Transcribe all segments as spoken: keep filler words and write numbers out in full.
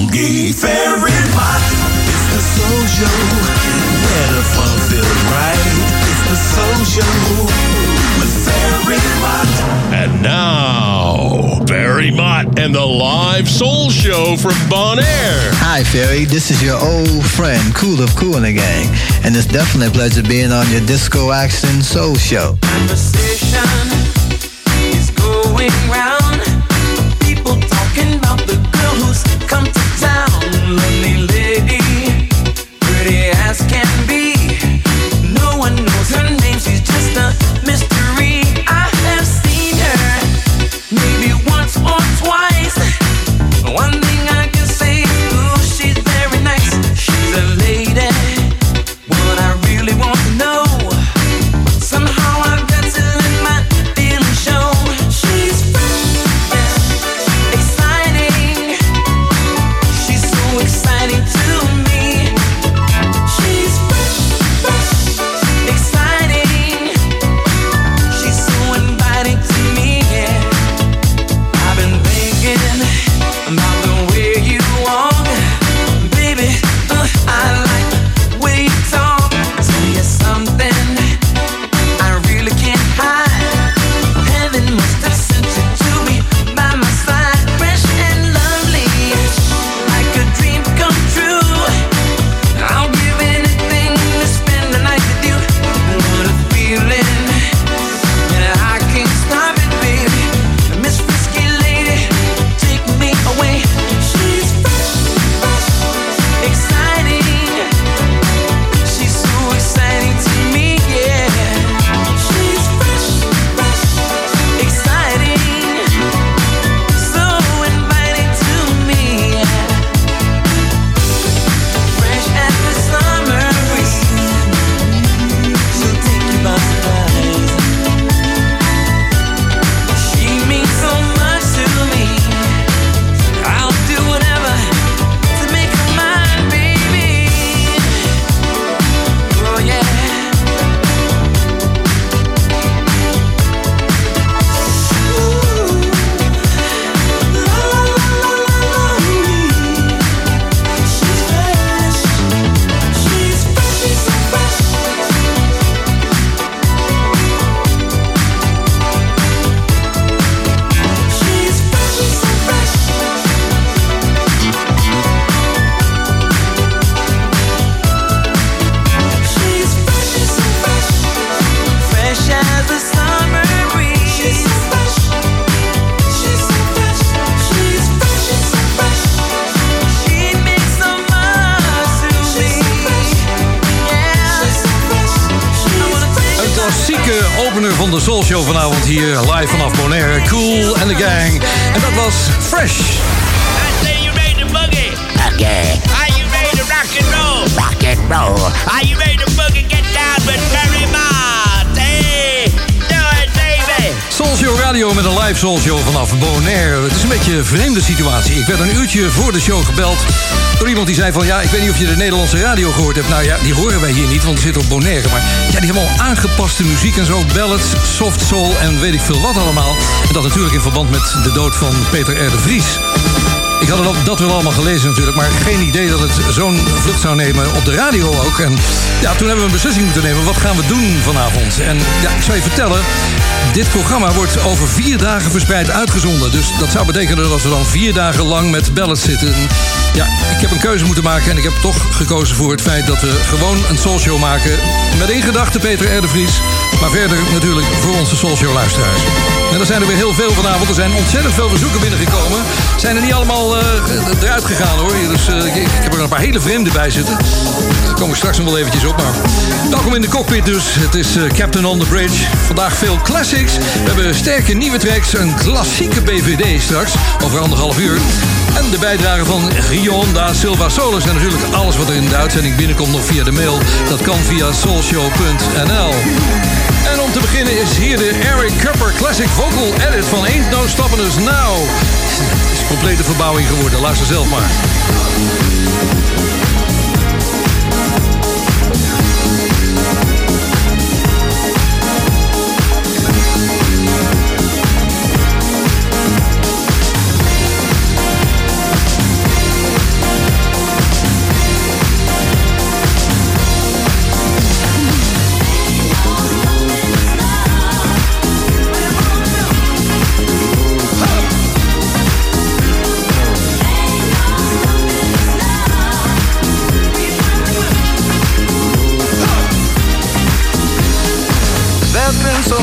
funky fairy mott. It's the soul show, where the fun feels right. It's the soul show with Fairy Mott. And now, Fairy Mott and the live soul show from Bonaire. Hi, Fairy. This is your old friend, Cool of Kool and the Gang, and it's definitely a pleasure being on your disco action soul show. Conversation is going round. People talking about the girl who's come to town. Lonely lady, pretty as can be. No one knows her name, she's just a mystery. I have seen her maybe once or twice. One thing I can say is, ooh, she's very nice. She's a lady, what I really want to know. Somehow I've got to let my feelings show. She's fresh, yeah, exciting. She's so exciting to me. She's fresh, fresh, exciting. She's so inviting to me, yeah. I've been thinking about the way you walk, baby. Uh, I like the way you talk. Tell you something I really can't hide. Heaven must have sent you to me by my side, fresh and lovely, like a dream come true. I'll give anything to spend the night with you. What a feeling, and I can't stop it, baby. Miss Frisky Lady, take me away. She's fresh, fresh, exciting. She's so exciting to me, yeah. She's fresh, fresh, exciting. So inviting to me, yeah. Fresh as the summer breeze, she'll take you by surprise. She means so much to me. I'll do whatever to make her mine, baby. Oh yeah. Ooh. La la la la la la. She's fresh. She's fresh. She's so fresh. She's fresh. She's so fresh. She's fresh, she's so fresh, fresh as the summer breeze. She's so fresh, she's so fresh, she's fresh, she's so fresh. She means so much to me. Yeah, she's so fresh. I wanna take Een klassieke opener van de Soul Show vanavond hier live vanaf Bonaire. Cool and the Gang. En dat was Fresh. I say you ready to boogie? Okay, Are you ready to rock and roll? rock and roll. Are you ready to boogie? Get down with Fairy Mott. Hey, do it, baby. Soul Show Radio met een live Soul Show vanaf Bonaire. Het is een beetje een vreemde situatie. Ik werd een uurtje voor de show gebeld door iemand die zei van... ja, ik weet niet of je de Nederlandse radio gehoord hebt. Nou ja, die horen wij hier niet, want we zitten op Bonaire. Maar ja, die hebben al aangepaste muziek en zo. Ballads, soft soul en weet ik veel wat allemaal. En dat natuurlijk in verband met de dood van Peter R. de Vries. Ik had dat, dat wel allemaal gelezen natuurlijk, maar geen idee dat het zo'n vlucht zou nemen op de radio ook. En ja, toen hebben we een beslissing moeten nemen. Wat gaan we doen vanavond? En ja, ik zou je vertellen, dit programma wordt over vier dagen verspreid uitgezonden. Dus dat zou betekenen dat we dan vier dagen lang met ballads zitten. Ja, ik heb een keuze moeten maken en ik heb toch gekozen voor het feit dat we gewoon een soulshow maken. Met in gedachten Peter R. de Vries, maar verder natuurlijk voor onze soulshow luisteraars. En er zijn er weer heel veel vanavond. Er zijn ontzettend veel verzoeken binnengekomen. Zijn er niet allemaal uh, eruit gegaan hoor. Dus uh, ik, ik heb er een paar hele vreemde bij zitten. Daar kom ik straks nog wel eventjes op. Maar welkom in de cockpit dus. Het is uh, Captain on the Bridge. Vandaag veel classics. We hebben sterke nieuwe tracks. Een klassieke B V D straks. Over anderhalf uur. En de bijdrage van Rionda Silva Solis. En natuurlijk alles wat er in de uitzending binnenkomt nog via de mail. Dat kan via soulshow punt n l. En om te beginnen is hier de Eric Cupper Classic Vocal Edit van Ain't No Stopping Us Now. Het is een complete verbouwing geworden. Luister zelf maar.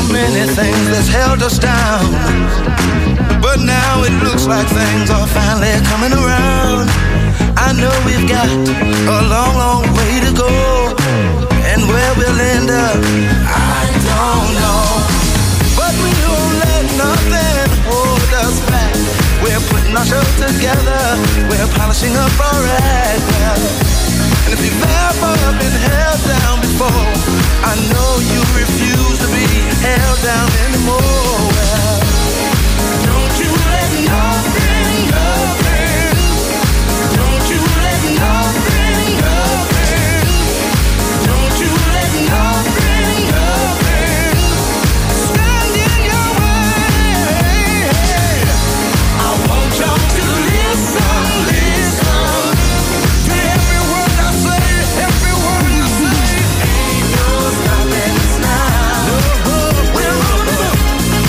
many things that's held us down, but now it looks like things are finally coming around. I know we've got a long, long way to go, and where we'll end up, I don't know. But we won't let nothing hold us back. We're putting our show together, we're polishing up our act well. And if you've ever been held down before, I know you refuse to be held down anymore. Well, don't you let nothing, nothing, don't you let nothing, nothing, don't you let nothing, nothing stand in your way. I want y'all to listen, listen to every word I say, every word I say. Ain't no stopping us now. We're on the move.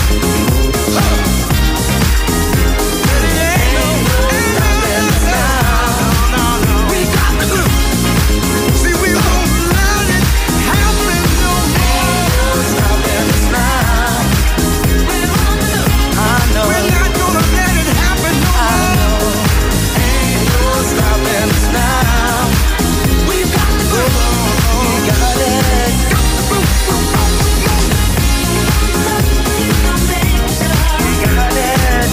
Ain't no stopping us now. No, no, we got the glue. See, we won't let it happen no more. Ain't no stopping us now. We're on the move. I know. We're not gonna let it happen no more. I know. Ain't no stopping us now. We got the glue. We got it. Got the glue. We're on the move. We got it.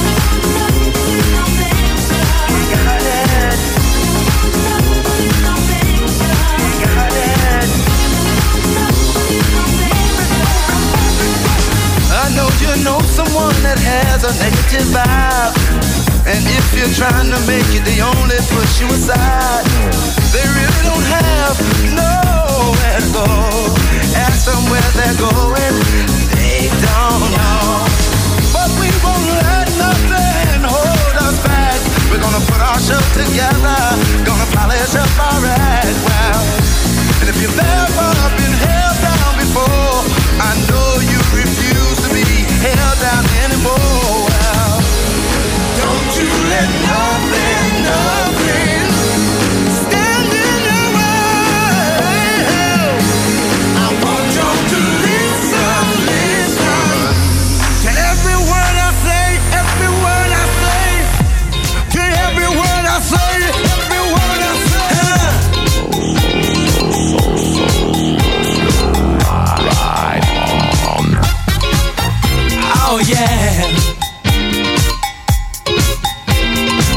We got it. We got it. I know you know someone that has a negative vibe, and if you're trying to make it, they only push you aside. They really don't have nowhere to go. Ask them where they're going, they don't know. But we won't let nothing hold us back. We're gonna put our show together, gonna polish up our act well. And if you've ever been held down before, I know you refuse to be held down anymore. Well, don't you let nothing, nothing stand in your way. I want y'all to listen, listen to every word I say, every word I say, to every word I say, every word I say. Oh yeah.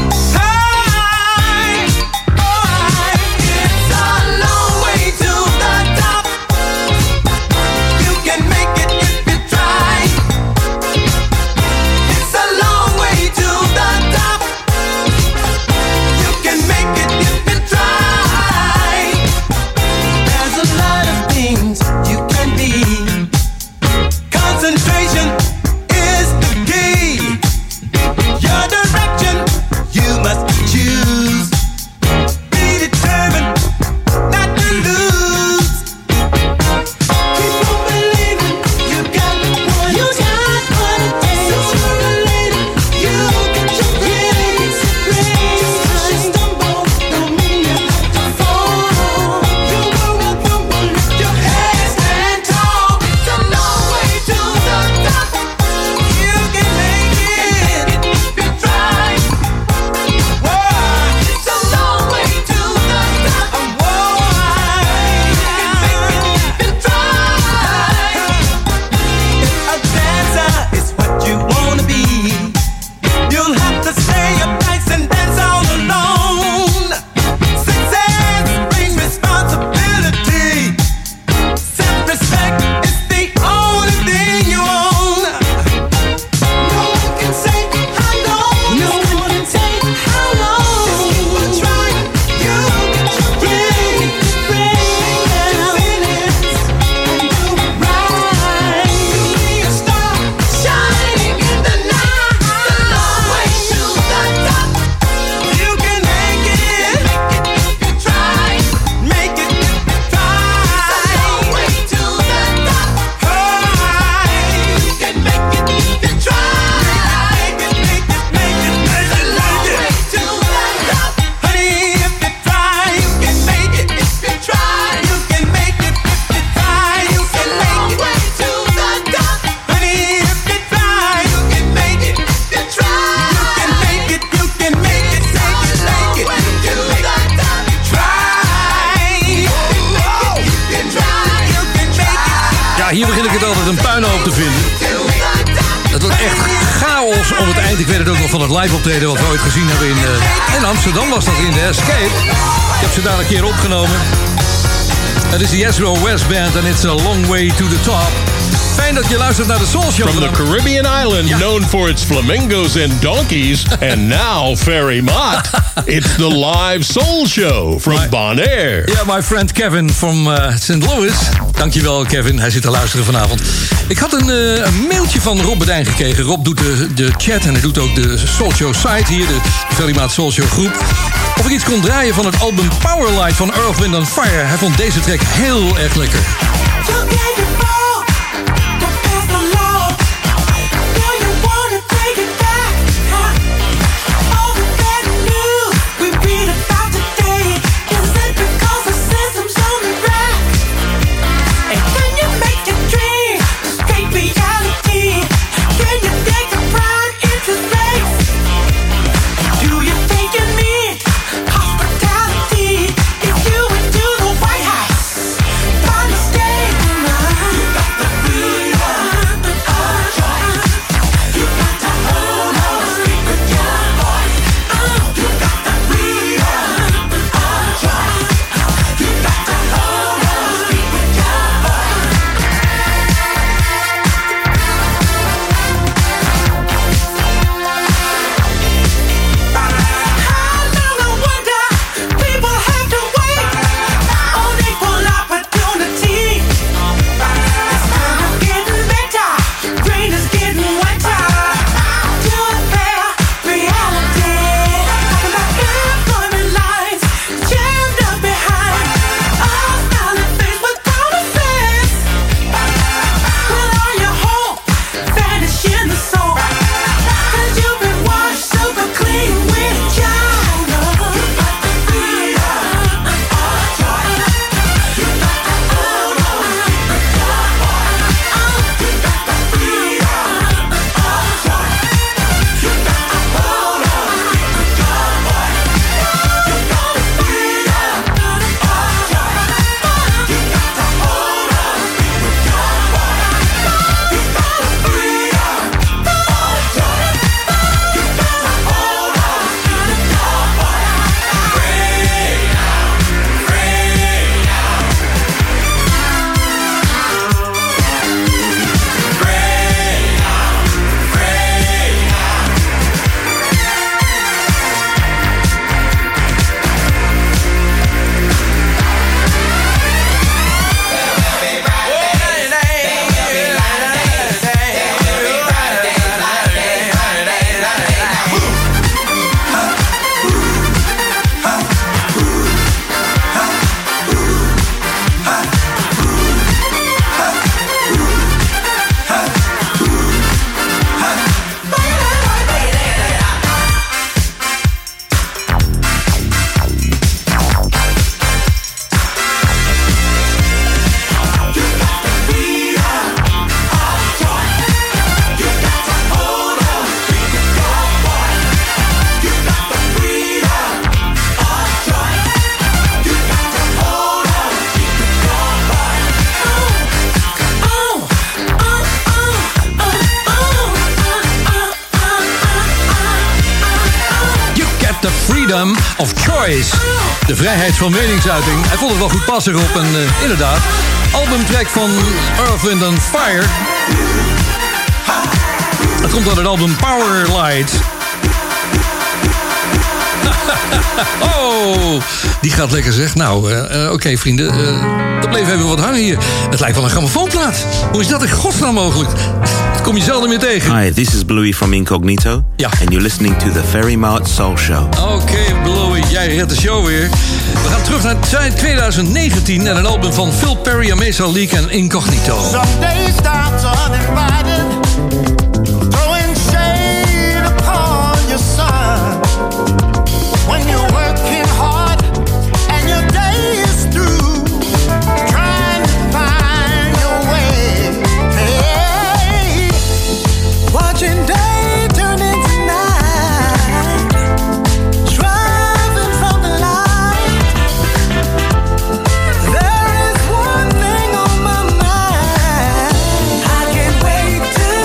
echt chaos om het eind. Ik weet het ook nog van het live optreden wat we ooit gezien hebben in, uh, in Amsterdam was dat in de Escape. Ik heb ze daar een keer opgenomen. Het is de Yesro West Band en it's a long way to the top. Fijn dat je luistert naar de Soul Show. From the Caribbean island, ja. known for its flamingos and donkeys, and now Ferry Mott. It's the live Soul Show from my, Bonaire. Ja, yeah, my friend Kevin from uh, Saint Louis. Dankjewel, Kevin. Hij zit te luisteren vanavond. Ik had een, uh, een mailtje van Rob Bedijn gekregen. Rob doet de, de chat en hij doet ook de Soul Show site hier, de Ferry Mott Soul Show groep. Of ik iets kon draaien van het album Powerlight van Earth, Wind and Fire. Hij vond deze track heel erg lekker. Of choice. De vrijheid van meningsuiting. Hij vond het wel goed passen op en uh, inderdaad. Albumtrack van Earth, Wind and Fire. Het komt uit het album Powerlight. Oh, die gaat lekker zeg. Nou, uh, uh, oké okay, vrienden. Uh, er bleef even wat hangen hier. Het lijkt wel een grammofoonplaat. Hoe is dat in godsnaam mogelijk? Dat kom je zelden meer tegen. Hi, this is Bluey from Incognito. Ja. And you're listening to the Ferry Mott Soul Show. Oké, okay, Bluey, jij redt de show weer. We gaan terug naar twintig negentien en een album van Phil Perry, Amesa Leak en Incognito. Some days start uninvited, throwing shade upon your son. When you're working hard and your day is through, trying to find your way. Hey, watching day turn into night, striving from the light. There is one thing on my mind. I can't wait to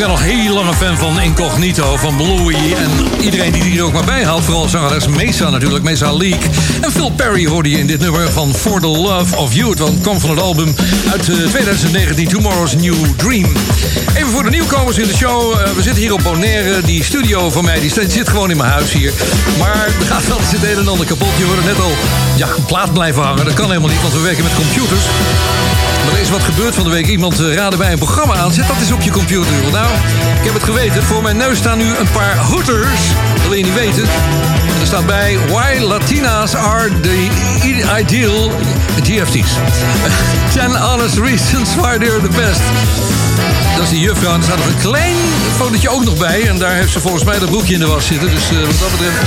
ben nog heel lang een fan van Incognito, van Bluey. En iedereen die die er ook maar bij haalt. Vooral zangeres Mesa natuurlijk, Mesa Leak. En Phil Perry hoorde je in dit nummer van For the Love of You. Het kwam van het album uit uh, twintig negentien, Tomorrow's New Dream. Even voor de nieuwkomers in de show. Uh, we zitten hier op Bonaire. Die studio van mij die zit gewoon in mijn huis hier. Maar er gaat wel eens het een en ander kapot. Je hoorde net al ja, een plaat blijven hangen. Dat kan helemaal niet, want we werken met computers. Maar er is wat gebeurd van de week. Iemand uh, raadde bij een programma aan. Zet dat eens op je computer. Nou, ik heb het geweten. Voor mijn neus staan nu een paar hooters. Dat wil je niet weten. En er staat bij Why Latinas are the ideal G F T's. ten honest reasons why they're the best. Dat is die juffrouw. En er staat nog een klein fotootje ook nog bij. En daar heeft ze volgens mij dat broekje in de was zitten. Dus uh, wat dat betreft...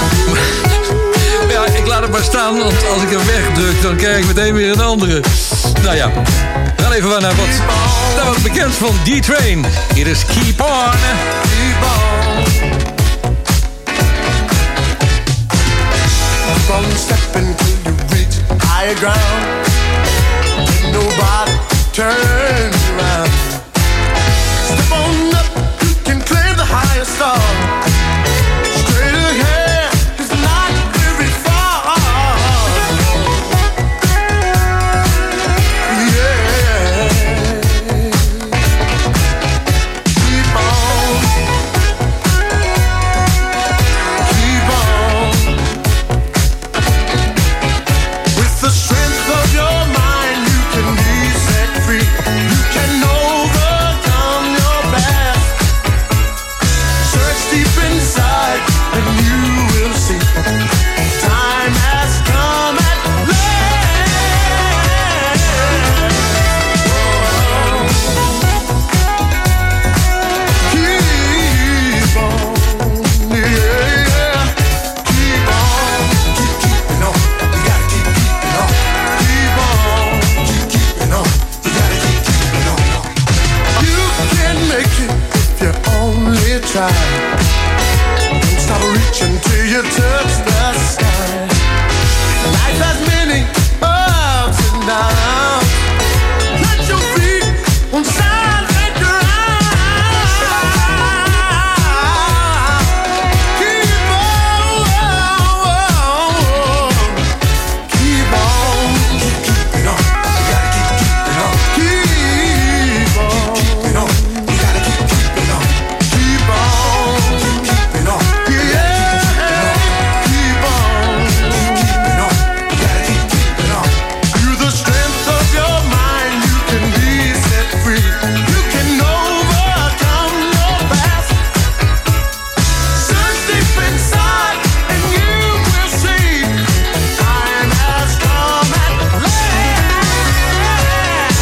ja, ik laat het maar staan. Want als ik hem wegdruk, dan krijg ik meteen weer een andere. Nou ja, we gaan even naar wat, naar wat bekend van D-Train. Hier is Keep On. Keep On. From stepping till you reach higher ground. Nobody turns around. Step on up, you can claim the higher star. Straight ahead, it's not very far. Yeah. Keep on. Keep on. With the strength of your mind, you can be set free. You can overcome your past. Search deep inside and you will see. Time has come at last. Keep on, yeah, yeah. Keep on, keep keeping on. You gotta keep keeping on. Keep on, keep keeping on. You gotta keep keeping on. You can make it if you only try. Don't stop reaching till you touch the sky. Life has many ups and downs. Plant your feet on solid ground. Keep on, keep on, keep keeping on. You gotta keep keeping on. Keep on, keep keeping on. You gotta keep keeping on. Keep on, keep keeping on. Yeah, keep on, keep keeping on. You gotta keep keeping on. Through the strength of your mind, you can be set free. You can overcome your past. Search deep inside and you will see. Time has come at last.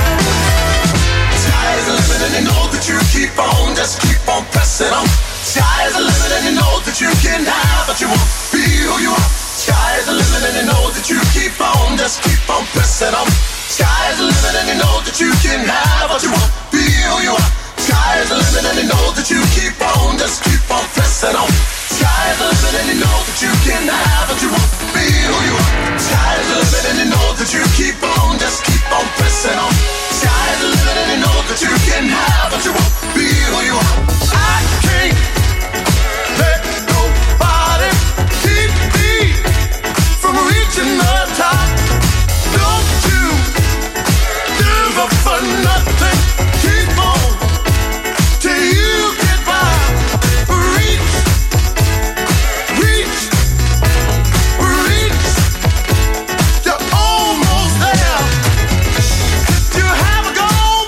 Sky is the limit and you know that you keep on. Just keep on pressing on. Sky is the limit and you know that you can have what you want. Be who you are. Sky is the limit and you know that you keep on. Just keep on pressing on. Sky is the limit and you know that you can have what you want. Be who you are. Sky is the limit and you know that you keep on. Just keep on pressing on. Sky is the limit and you know that you can have what you want. Be who you are. Sky is the limit and you know that you keep on. Just keep on pressing on. Sky is the limit and you know that you can have what you want. Be who you are. I can't let nobody keep me from reaching the top. Don't you give up for nothing. Keep on till you get by. Reach, reach, reach. You're almost there. If you have a goal,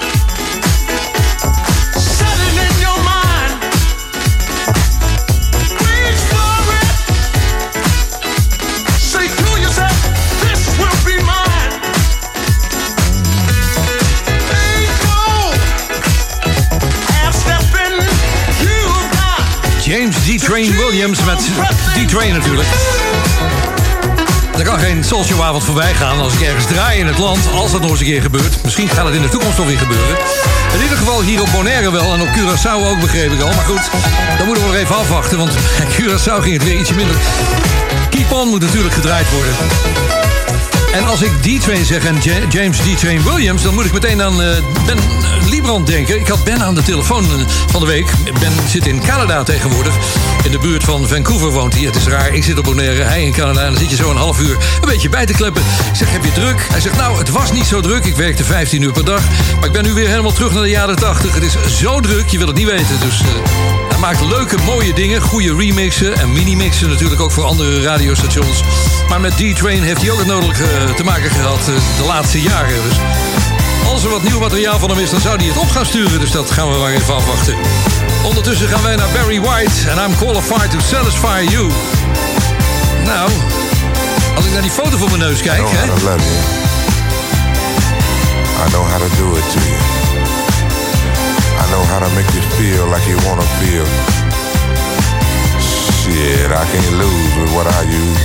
set it in your mind. Reach for it. Say to yourself, this will be mine. Ain't goal. Half stepping, you've got. James D-Train Williams met D-Train natuurlijk. Er kan geen soulshowavond voorbij gaan als ik ergens draai in het land. Als dat nog eens een keer gebeurt. Misschien gaat het in de toekomst nog weer gebeuren. In ieder geval hier op Bonaire wel. En op Curaçao ook, begreep ik al. Maar goed, dan moeten we nog even afwachten. Want Curaçao ging het weer ietsje minder. Keep On moet natuurlijk gedraaid worden. En als ik D-Train zeg en J- James D-Train Williams... dan moet ik meteen aan uh, Ben Liebrand denken. Ik had Ben aan de telefoon uh, van de week. Ben zit in Canada tegenwoordig. In de buurt van Vancouver woont hij. Het is raar, ik zit op Bonaire, hij in Canada... en dan zit je zo een half uur een beetje bij te kleppen. Ik zeg, heb je druk? Hij zegt, nou, het was niet zo druk. Ik werkte vijftien uur per dag. Maar ik ben nu weer helemaal terug naar de jaren tachtig. Het is zo druk, je wil het niet weten. Dus uh, hij maakt leuke, mooie dingen. Goede remixen en mini-mixen natuurlijk ook voor andere radiostations. Maar met D-Train heeft hij ook het nodige uh, te maken gehad uh, de laatste jaren. Dus als er wat nieuw materiaal van hem is, dan zou hij het op gaan sturen. Dus dat gaan we maar even afwachten. Ondertussen gaan wij naar Barry White. En I'm qualified to satisfy you. Nou, als ik naar die foto voor mijn neus kijk... I know hè? how to love you. I know how to do it to you. I know how to make you feel like you want to feel. Shit, I can't lose with what I use.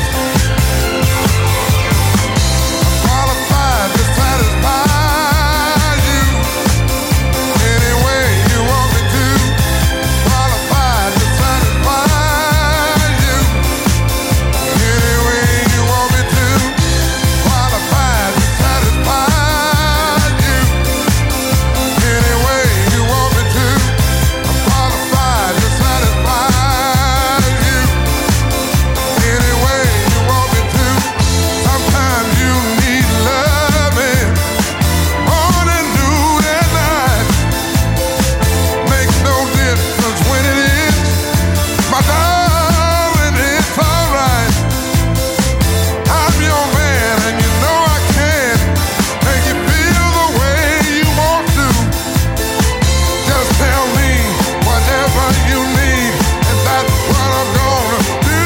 Qualified to satisfy you any way you want me to. Qualified to satisfy you any way you want me to. Qualified to satisfy you any way you want me to. I'm qualified to satisfy you any way you want me to. Sometimes you need loving more than noon and night. Makes no difference when it is, my darling, it's alright. I'm your man and you know I can make you feel the way you want to. Just tell me whatever you need and that's what I'm gonna do.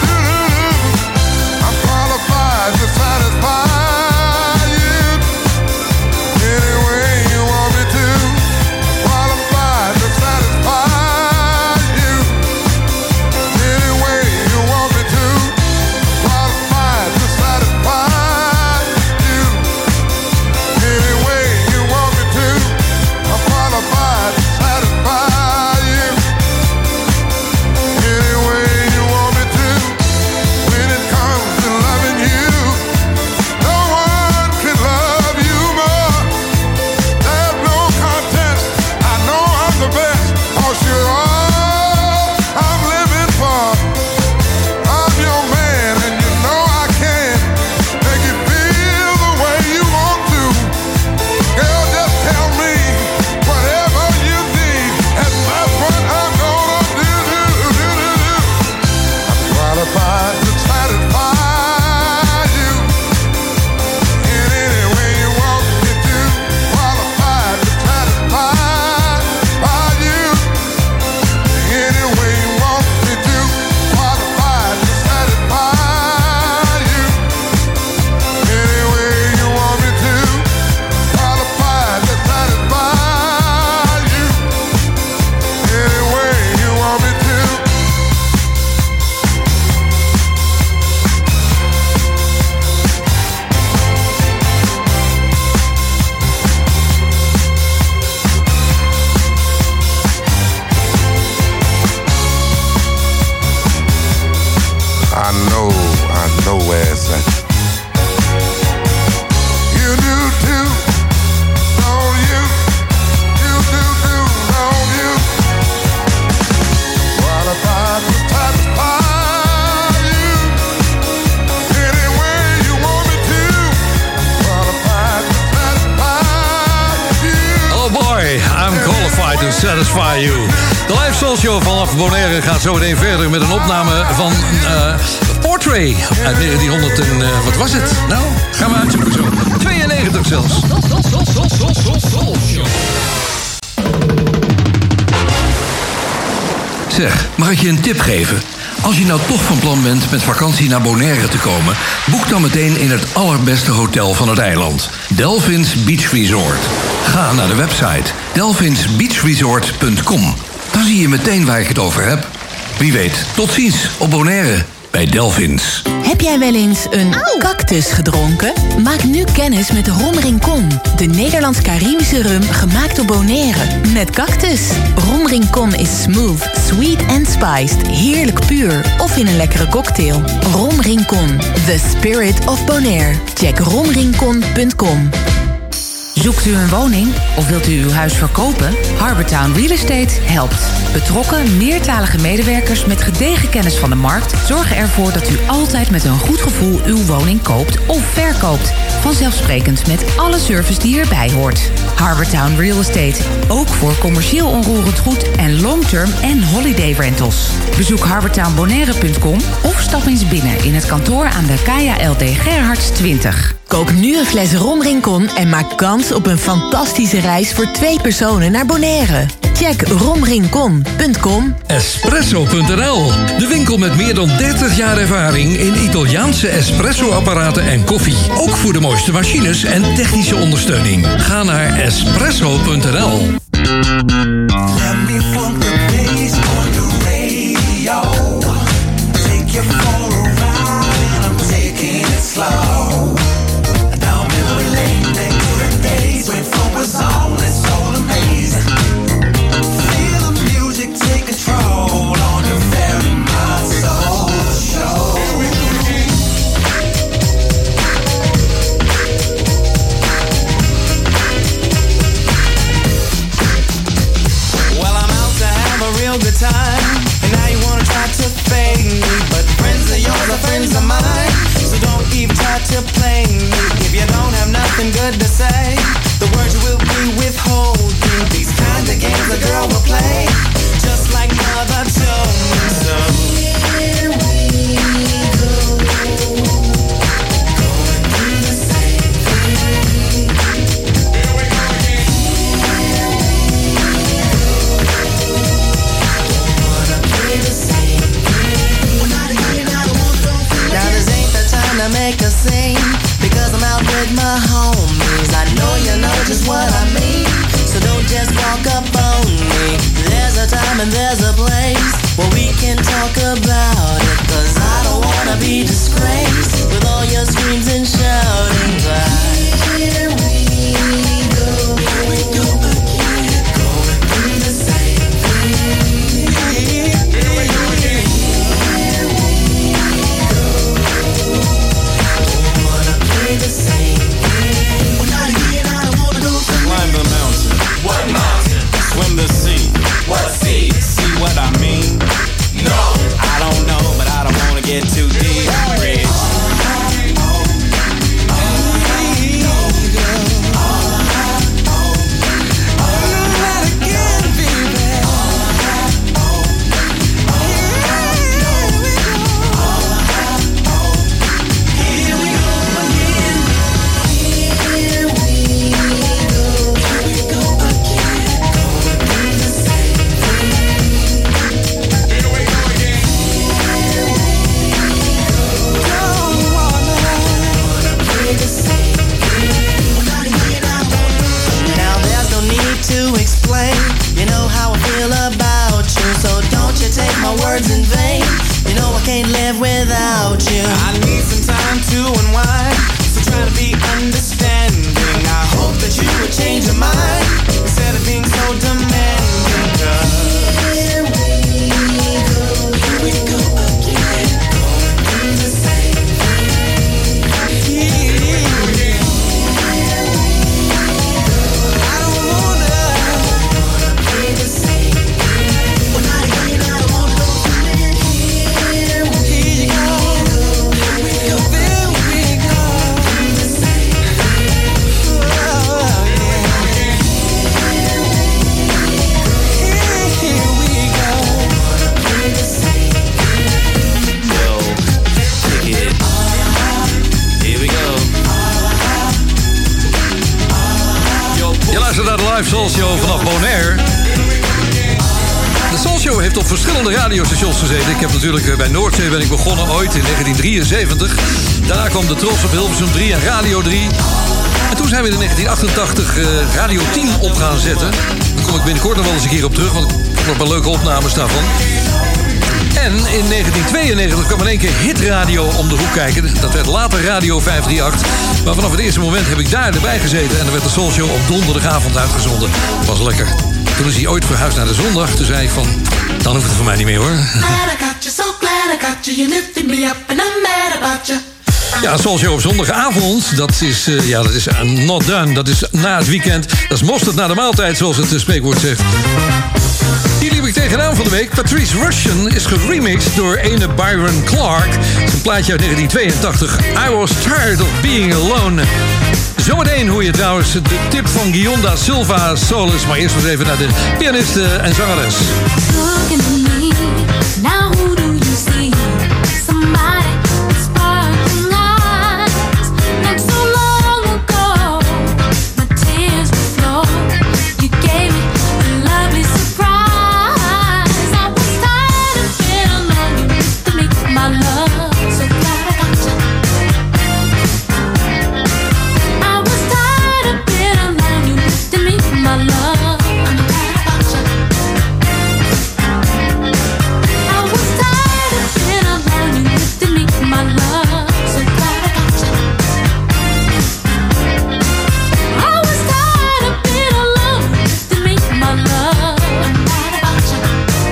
I'm qualified to satisfy you any way you want me to. Qualified to satisfy you any way you want me to. Qualified to satisfy you any way you want me to. I'm qualified to satisfy you any way you want me to. When it comes to loving you, no one can love you more. There's no contest. I know I'm the best, 'cause you're all I'm living for. I'm your man and you know I can make you feel the way you want to. Girl, just tell me whatever you need and that's what I'm gonna do. I'm qualified to satisfy you in any way you want me to. Qualified to satisfy you any way you want me to. Qualified to satisfy you any way you want me to. Qualified to satisfy you any way you want me to. I know, I know where it's at. You do too, don't you? You do too, don't you? Qualified to satisfy you any way you want me to. Qualified to satisfy you. Oh boy, I'm qualified to satisfy you. De Live Soul Show vanaf Bonaire gaat zo meteen verder met een opname van uh, Portrait uit negentienhonderd en uh, wat was het? Nou, gaan we uitzoeken zo. tweeënnegentig zelfs. Zeg, mag ik je een tip geven? Als je nou toch van plan bent met vakantie naar Bonaire te komen, boek dan meteen in het allerbeste hotel van het eiland. Delphins Beach Resort. Ga naar de website delphins beach resort punt com. Dan zie je meteen waar ik het over heb. Wie weet, tot ziens op Bonaire bij Delphins. Heb Heb jij wel eens een cactus gedronken? Maak nu kennis met Rom Rincon, de Nederlands-Caribische rum gemaakt op Bonaire. Met cactus. Rom Rincon is smooth, sweet and spiced, heerlijk puur of in een lekkere cocktail. Rom Rincon, the spirit of Bonaire. Check romrincon punt com. Zoekt u een woning of wilt u uw huis verkopen? Harbortown Real Estate helpt. Betrokken, meertalige medewerkers met gedegen kennis van de markt zorgen ervoor dat u altijd met een goed gevoel uw woning koopt of verkoopt. Vanzelfsprekend met alle service die erbij hoort. Harbortown Real Estate, ook voor commercieel onroerend goed en long-term en holiday rentals. Bezoek harbortown bonaire punt com of stap eens binnen in het kantoor aan de K J L D Gerhards twintig. Koop nu een fles Rom Rincon en maak kans op een fantastische reis voor twee personen naar Bonaire. Check romrincon punt com. Espresso punt n l, de winkel met meer dan dertig jaar ervaring in Italiaanse espresso-apparaten en koffie. Ook voor de mooiste machines en technische ondersteuning. Ga naar espresso punt n l. Let me funk the bass on the radio. Take you for a ride, I'm taking it slow. Down memory lane, back to the days when funk was on, it's so amazing. Feel the music take control on the very my soul show. Well, I'm out to have a real good time, and now you wanna try to fade me, but friends of yours are friends of mine, so don't even try to play me. If you don't have nothing good to say, the words you will be withholding. These kind of games a girl will play, just like mother told me so. Here we go, going through the same thing. Here we go again. Here we go, don't wanna play the same game. Now this ain't the time to make a scene, because I'm out with my homies. I know you know just what I mean, so don't just walk up on me. There's a time and there's a place where we can talk about it, cause I don't wanna be disgraced with all your screams and shouting. But here we go, here we go again, going through the same thing. Here we go again. Here we go, don't wanna play the same game. Climb the mountain. What mountain? Swim the sea. What sea? See what I mean? No. I don't know, but I don't wanna get too deep. Bridge. Take my words in vain. You know I can't live without you. I need some time to unwind, so try to be understanding. I hope that you would change your mind instead of being so demanding. Here we go, here we go again, going through the same thing. Here we go. I don't wanna, wanna play the same game. Well, not again, I don't wanna go through it. Here we go, here we go, there we go, through the same thing. Oh, yeah. Here we go, wanna play the same game. Yo, take it. Here we go. Je luistert naar de Live Soul Show vanaf Bonaire. De Soul Show heeft op verschillende radiostations gezeten. Ik heb natuurlijk bij Noordzee ben ik begonnen ooit in negentien drieënzeventig. Daarna kwam de Tros op Hilversum drie en Radio drie. En toen zijn we in negentien achtentachtig uh, Radio tien op gaan zetten. Daar kom ik binnenkort nog wel eens een keer op terug, want ik heb nog wel leuke opnames daarvan. En in negentien tweeënnegentig kwam in één keer hitradio om de hoek kijken. Dat werd later Radio vijf drie acht. Maar vanaf het eerste moment heb ik daar erbij gezeten. En dan werd de Soul Show op donderdagavond uitgezonden. Was lekker. Toen is hij ooit verhuisd naar de zondag. Toen zei ik van, dan hoeft het voor mij niet meer hoor. Ja, Soul Show op zondagavond, dat is, uh, ja, dat is uh, not done. Dat is na het weekend. Dat is mosterd na de maaltijd, zoals het uh, spreekwoord zegt. Die liep ik tegenaan van de week. Patrice Rushen is geremixed door ene Byron Clark. Zijn plaatje uit negentien tweeëntachtig. I Was Tired of Being Alone. Zometeen hoor je trouwens de tip van Guion da Silva Solis. Maar eerst eens even naar de pianiste en zangeres. Look at me, now who do you see? Somebody with sparkling eyes. Not so long ago, my tears would flow. You gave me a lovely surprise. I was tired of being alone. You used to make my love so glad I got you. I was tired of being alone. You used to make my love. I'm glad I got you. I was tired of being alone. You used to make my love so glad I got you. I was tired of being alone. You used to make my love. I'm glad about you.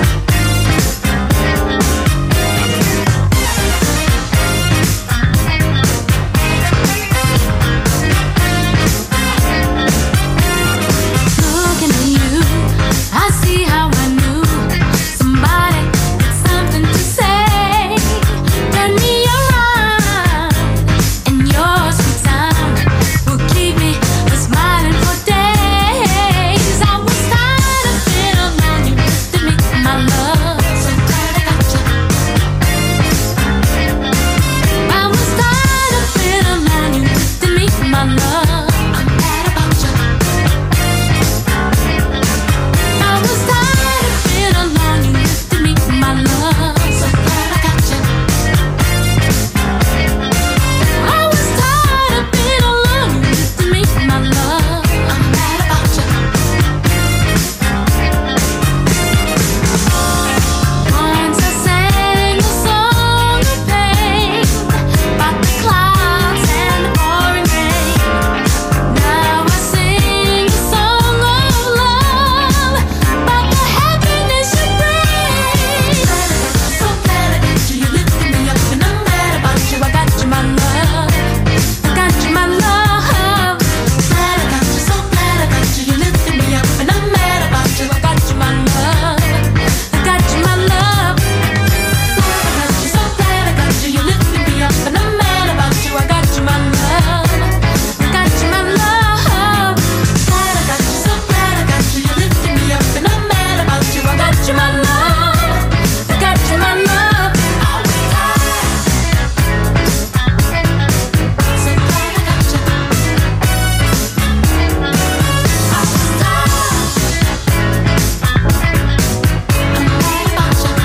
Looking at you, I see how I knew somebody had something to say. Turn me around, and your sweet sound will keep me smiling for days. I was tired of being alone. You used to make my love so glad I got you. I was tired of being alone. You used to make my love. I'm glad about you. I was tired of being alone. You used to make my love so glad I got you. I was tired of being alone. You used to make my love. I'm glad about you. Once I sang a song of pain about the clouds and the pouring rain. Now I sing a song of love about the happiness you bring. So glad I got you. You lifted me up and I'm glad about you. I got you, my love. I got you, my love. Glad I got you. So glad I got you. You lifted me up and I'm mad about you. I got you, my love. I got you, my love. Glad I got you. So glad I got you. You lifted me up and I'm mad about you. I got you, my love. I got you, my love. Glad I got you. So glad I got you. You lifted me up and I'm mad about you. I got you, my love. I got you, my love. I was tired. So glad I got you. I was tired. I'm mad about you.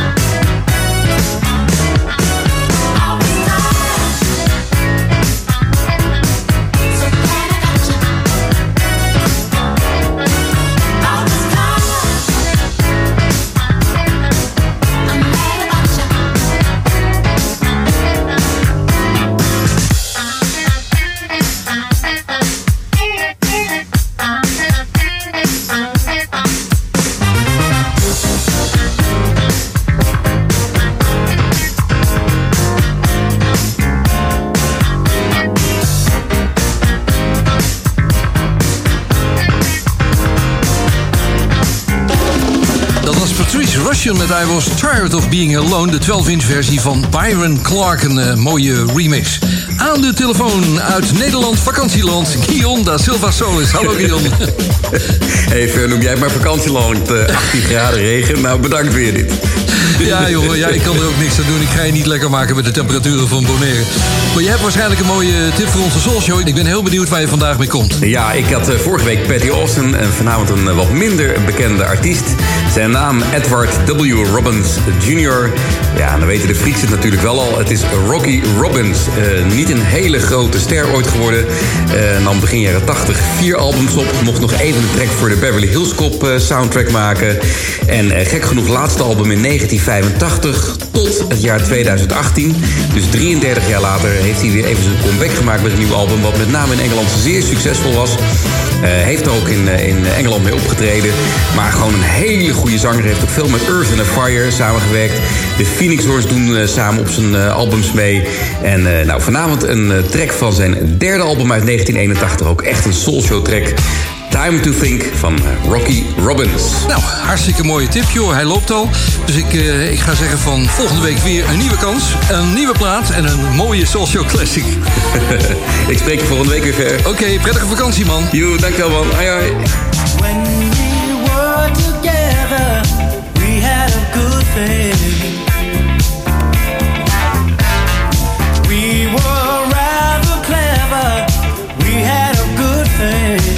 I was tired. So glad I got you. I was tired. I'm mad about you. Dat was Patrice Rushen met I Was Tired of Being Alone. De twaalf inch versie van Byron Clark. Een uh, mooie remix. Aan de telefoon uit Nederland, vakantieland. Guion da Silva Solis. Hallo Guion. Even noem jij maar vakantieland. Uh, achttien graden regen. Nou, bedankt weer dit. Ja joh, ja, ik kan er ook niks aan doen. Ik ga je niet lekker maken met de temperaturen van Bonaire. Maar je hebt waarschijnlijk een mooie tip voor onze Soul Show. Ik ben heel benieuwd waar je vandaag mee komt. Ja, ik had uh, vorige week Patty Austin en vanavond een uh, wat minder bekende artiest. Zijn naam Edward W. Robbins junior Ja, dan weten de freaks het natuurlijk wel al. Het is Rocky Robbins. Uh, niet een hele grote ster ooit geworden. Uh, nam begin jaren tachtig vier albums op. Mocht nog even een track voor de Beverly Hills Cop uh, soundtrack maken. En uh, gek genoeg laatste album in negentien vijfentachtig tot het jaar tweeduizend achttien. Dus drieëndertig jaar later heeft hij weer even zijn comeback gemaakt met een nieuw album. Wat met name in Engeland zeer succesvol was. Uh, heeft er ook in, uh, in Engeland mee opgetreden. Maar gewoon een hele goede zanger. Heeft ook veel met Earth and Fire samengewerkt. De Phoenix Horns doen uh, samen op zijn uh, albums mee. En uh, nou, vanavond een uh, track van zijn derde album uit negentien eenentachtig. Ook echt een soulshow track. Time to Think van Rocky Robbins. Nou, hartstikke mooie tip, joh. Hij loopt al. Dus ik, uh, ik ga zeggen van volgende week weer een nieuwe kans. Een nieuwe plaat en een mooie Soulshow Classic. Ik spreek je volgende week weer ver. Oké, okay, prettige vakantie, man. Joe, dankjewel, man. Hoi, hoi. When we were together, we had a good thing. We were rather clever. We had a good thing.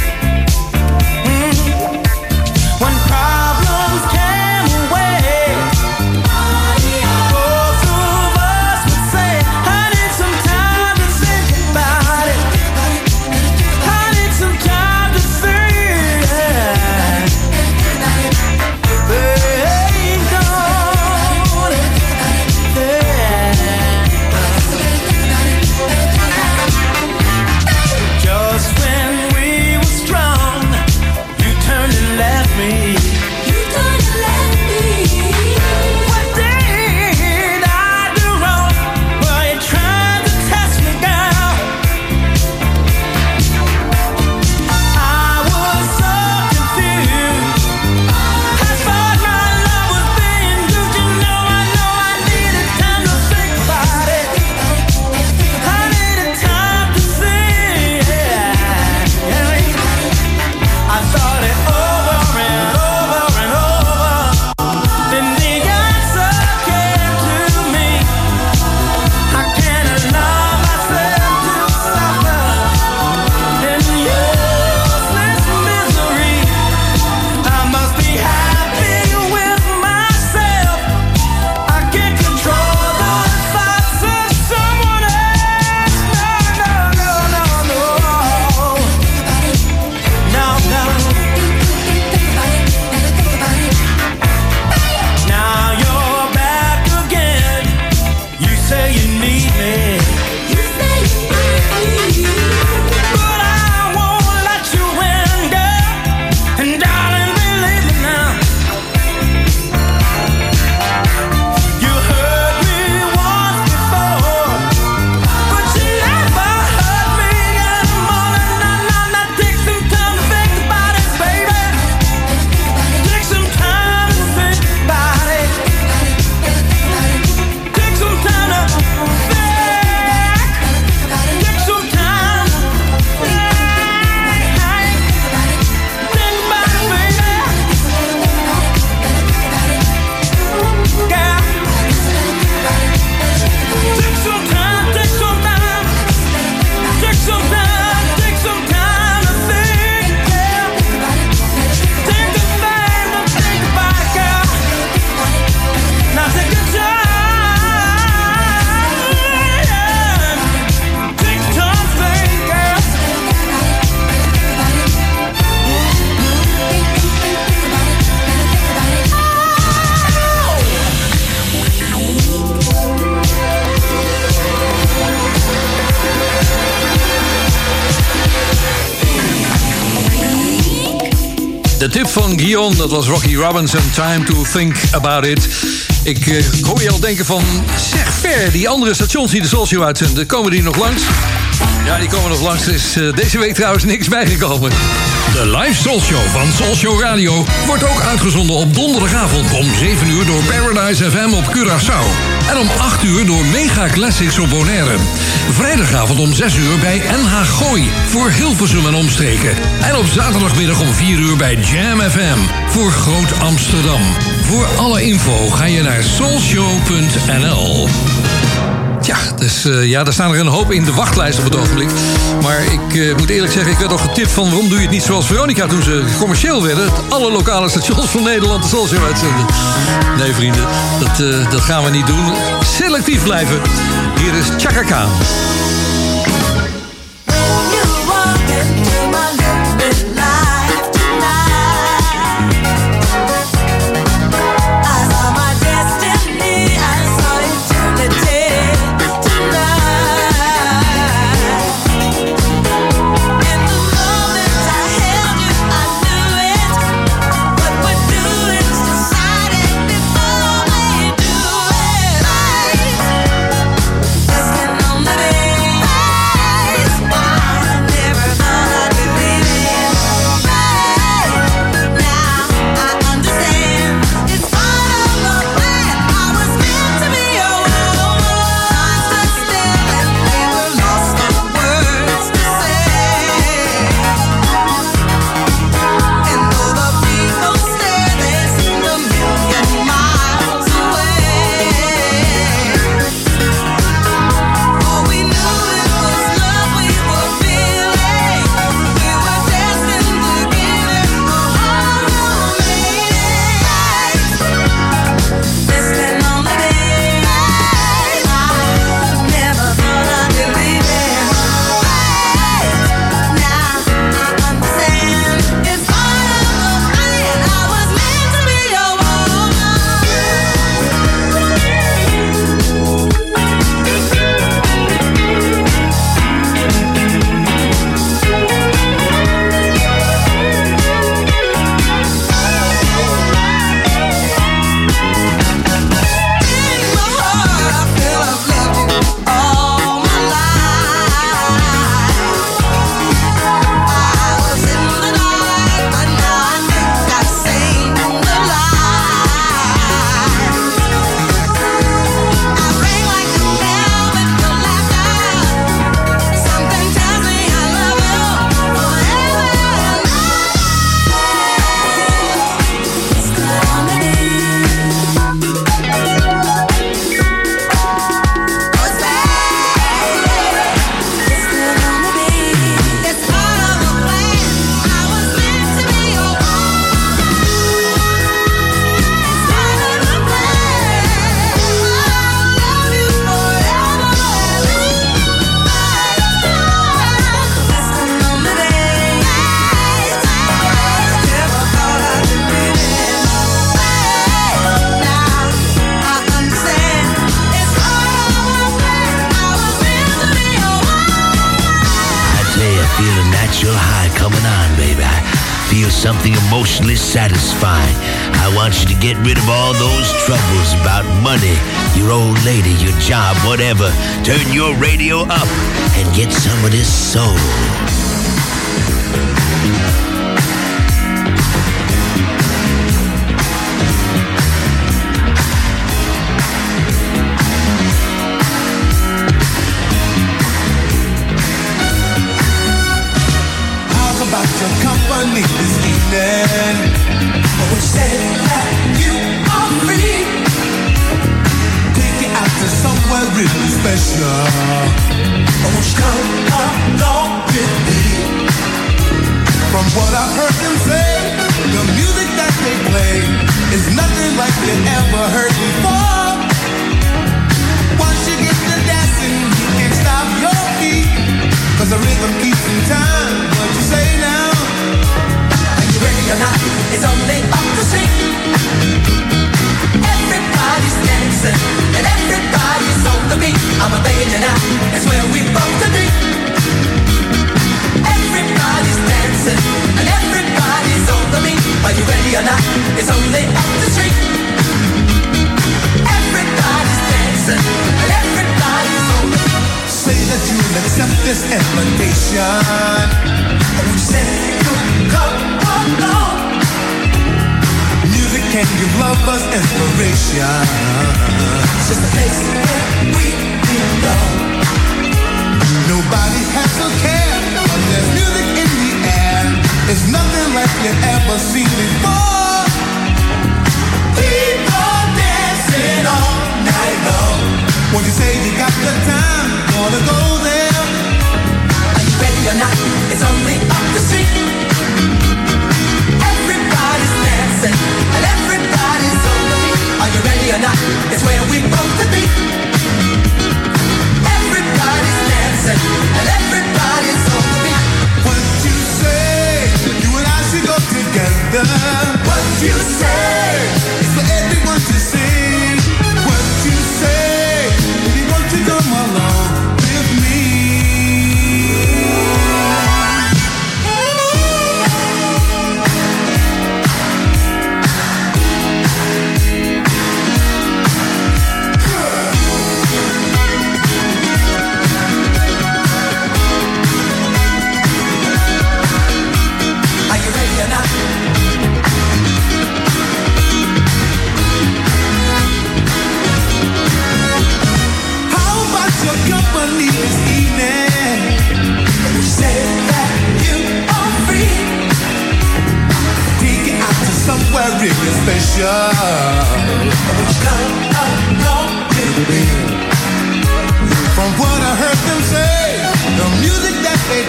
De tip van Guillaume, dat was Rocky Robbins en Time to Think About It. Ik uh, hoor je al denken van, zeg ver, die andere stations die de Soulshow uitzenden, komen die nog langs? Ja, die komen nog langs. Er is uh, deze week trouwens niks bijgekomen. De live Soulshow van Soulshow Radio wordt ook uitgezonden op donderdagavond om zeven uur door Paradise F M op Curaçao. En om acht uur door Mega Classics op Bonaire. Vrijdagavond om zes uur bij N H Gooi voor Hilversum en omstreken. En op zaterdagmiddag om vier uur bij Jam F M voor Groot Amsterdam. Voor alle info ga je naar soulshow punt n l. Tja, Ja, dus uh, ja, daar staan er een hoop in de wachtlijst op het ogenblik. Maar ik uh, moet eerlijk zeggen, ik werd ook getipt van... waarom doe je het niet zoals Veronica toen ze commercieel werden? Alle lokale stations van Nederland de Soul Show uitzenden. Nee, vrienden, dat, uh, dat gaan we niet doen. Selectief blijven. Hier is Chaka Khan. Something emotionally satisfying. I want you to get rid of all those troubles about money, your old lady, your job, whatever. Turn your radio up and get some of this soul. This evening, we said that you are free. Take you out to somewhere really special. Won't you come along with me? From what I've heard them say, the music that they play is nothing like you ever heard before. Once you get to dancing, you can't stop your feet, 'cause the rhythm keeps in time. What you say now? Ready or not, it's only up the street. Everybody's dancing and everybody's on the beat. I'm a begging you now, it's where we both agree. Everybody's dancing and everybody's on the beat. Are you ready or not? It's only up the street. Everybody's dancing and everybody's on the beat. Say that you'll accept this invitation. Oh, say you'll come along. Music can give lovers inspiration. It's just a place where we belong. Nobody has to care, but there's music in the air. It's nothing like you've ever seen before. People dancing all night long. When you say you got the time,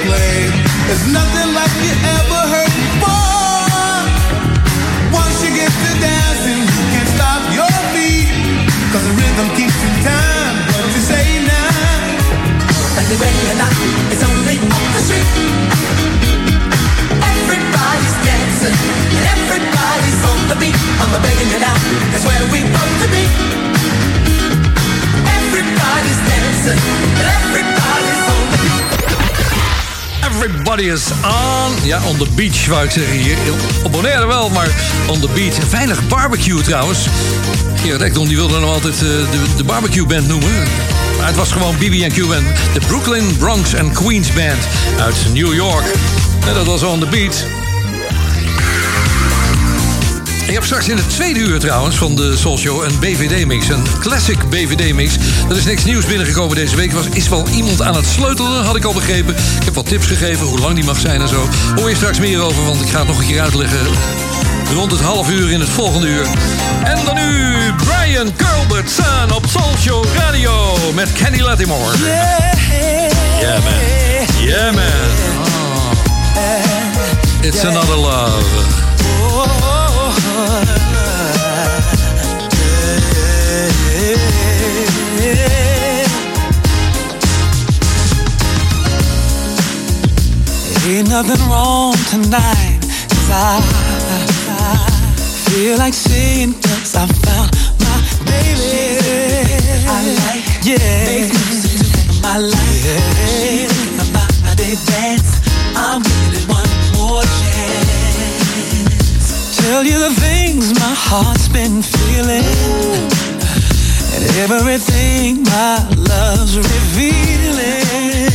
play. It's nothing like you ever heard before. Once you get to dancing, you can't stop your feet. Cause the rhythm keeps in time. What you say now? Like the rain and night, it's only up the street. Everybody's dancing, and everybody's on the beat. I'm begging you now, that's where we want to be. Everybody's dancing, and everybody's on the beat. Everybody is on. Ja, on the beach wou ik zeggen hier. Op Bonaire wel, maar on the beach. Weinig barbecue trouwens. Gerard Ekdom die wilde nog altijd uh, de, de barbecue band noemen. Maar het was gewoon B B en Q Band. De Brooklyn, Bronx en Queens Band uit New York. En dat was on the beach. Ik heb straks in het tweede uur trouwens van de Soul Show een B V D-mix. Een classic B V D-mix. Er is niks nieuws binnengekomen deze week. Er is wel iemand aan het sleutelen, had ik al begrepen. Ik heb wat tips gegeven, hoe lang die mag zijn en zo. Hoor je straks meer over, want ik ga het nog een keer uitleggen. Rond het half uur in het volgende uur. En dan nu Brian Culbertson op Soul Show Radio met Kenny Lattimore. Yeah, man. Yeah, man. Oh. It's another love. Ain't nothing wrong tonight, 'cause I, I feel like saying, 'cause I found my baby. I like, yeah, makes music to my life. Yeah. My body dance, I'm giving it one more chance. Tell you the things my heart's been feeling, and everything my love's revealing.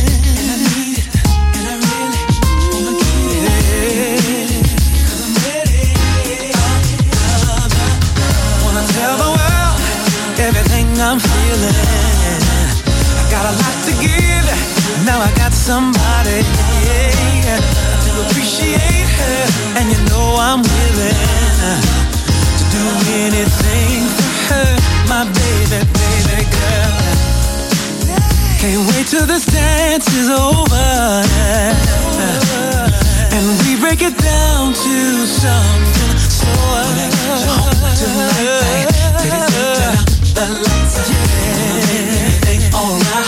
Tell the world everything I'm feeling. I got a lot to give. Now I got somebody yeah, to appreciate her, and you know I'm willing to do anything for her, my baby, baby girl. Can't wait till this dance is over and we break it down to something slower. Tonight, did it turn out the lights? Yeah, ain't alright.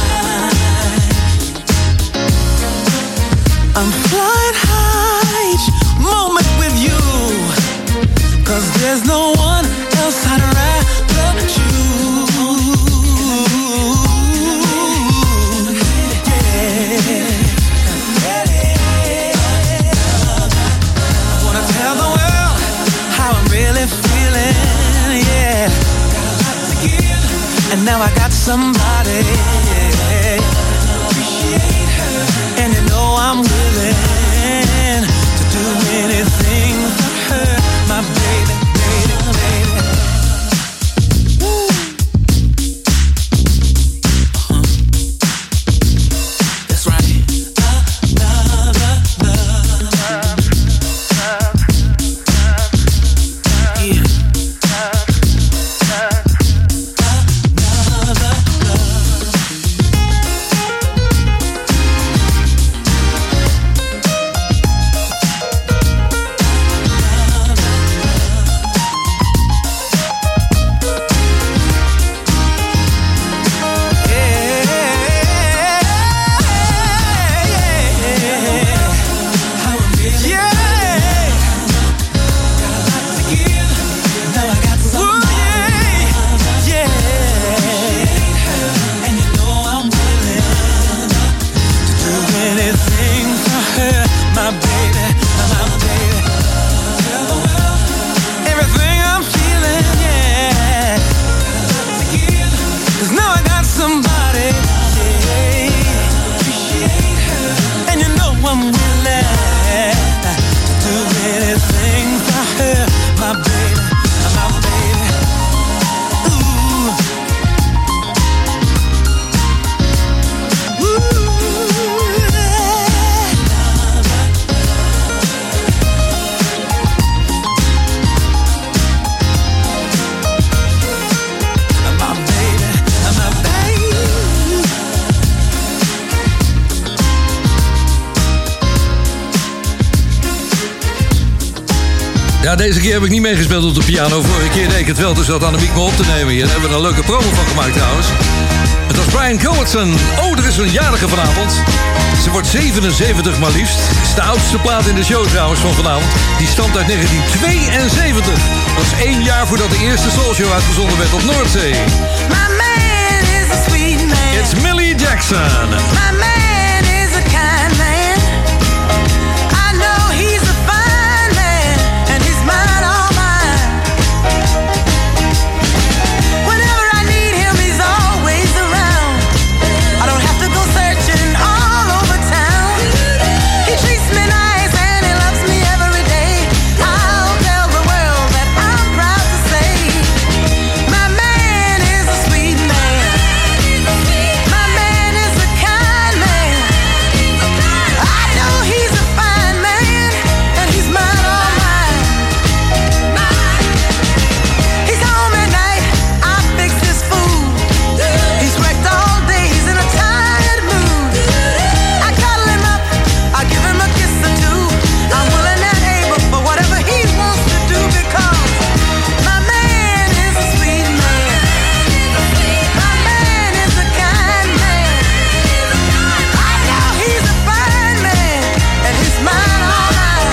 I'm flying high each moment with you, 'cause there's no one else I'd rather choose. Yeah. I wanna tell the world how I'm really feeling, yeah. Got a lot to give, and now I got somebody, yeah. Appreciate her, and you know I'm willing to do anything for her, my baby, baby, baby. Woo. Uh-huh. That's right. Love, love, love, love. Ja, deze keer heb ik niet meegespeeld op de piano. Vorige keer deed ik het wel, dus dat Annemiek me op te nemen hier. Daar hebben we een leuke promo van gemaakt trouwens. Het was Brian Culbertson. Oh, er is een jarige vanavond. Ze wordt zevenenzeventig maar liefst. Het is de oudste plaat in de show trouwens van vanavond. Die stamt uit negentien tweeënzeventig. Dat is één jaar voordat de eerste Soulshow uitgezonden werd op Noordzee. My man is a sweet man. It's Millie Jackson. My man is a kind man. I know he's a fine man, and he's mine, all mine. Whenever I need him, he's always around. I don't have to go searching all over town. He treats me nice and he loves me every day. I'll tell the world that I'm proud to say, my man is a sweet man. My man is a kind man. I know he's a fine man, and he's mine, all mine. He's home at night, I fix his food. He's wrecked all days in a tired mood. I cuddle him up, I give him a kiss or two. I'm willing and able for whatever he wants to do, because my man is a sweet man. My man is a kind man. I know he's a fine man, and he's mine, all mine.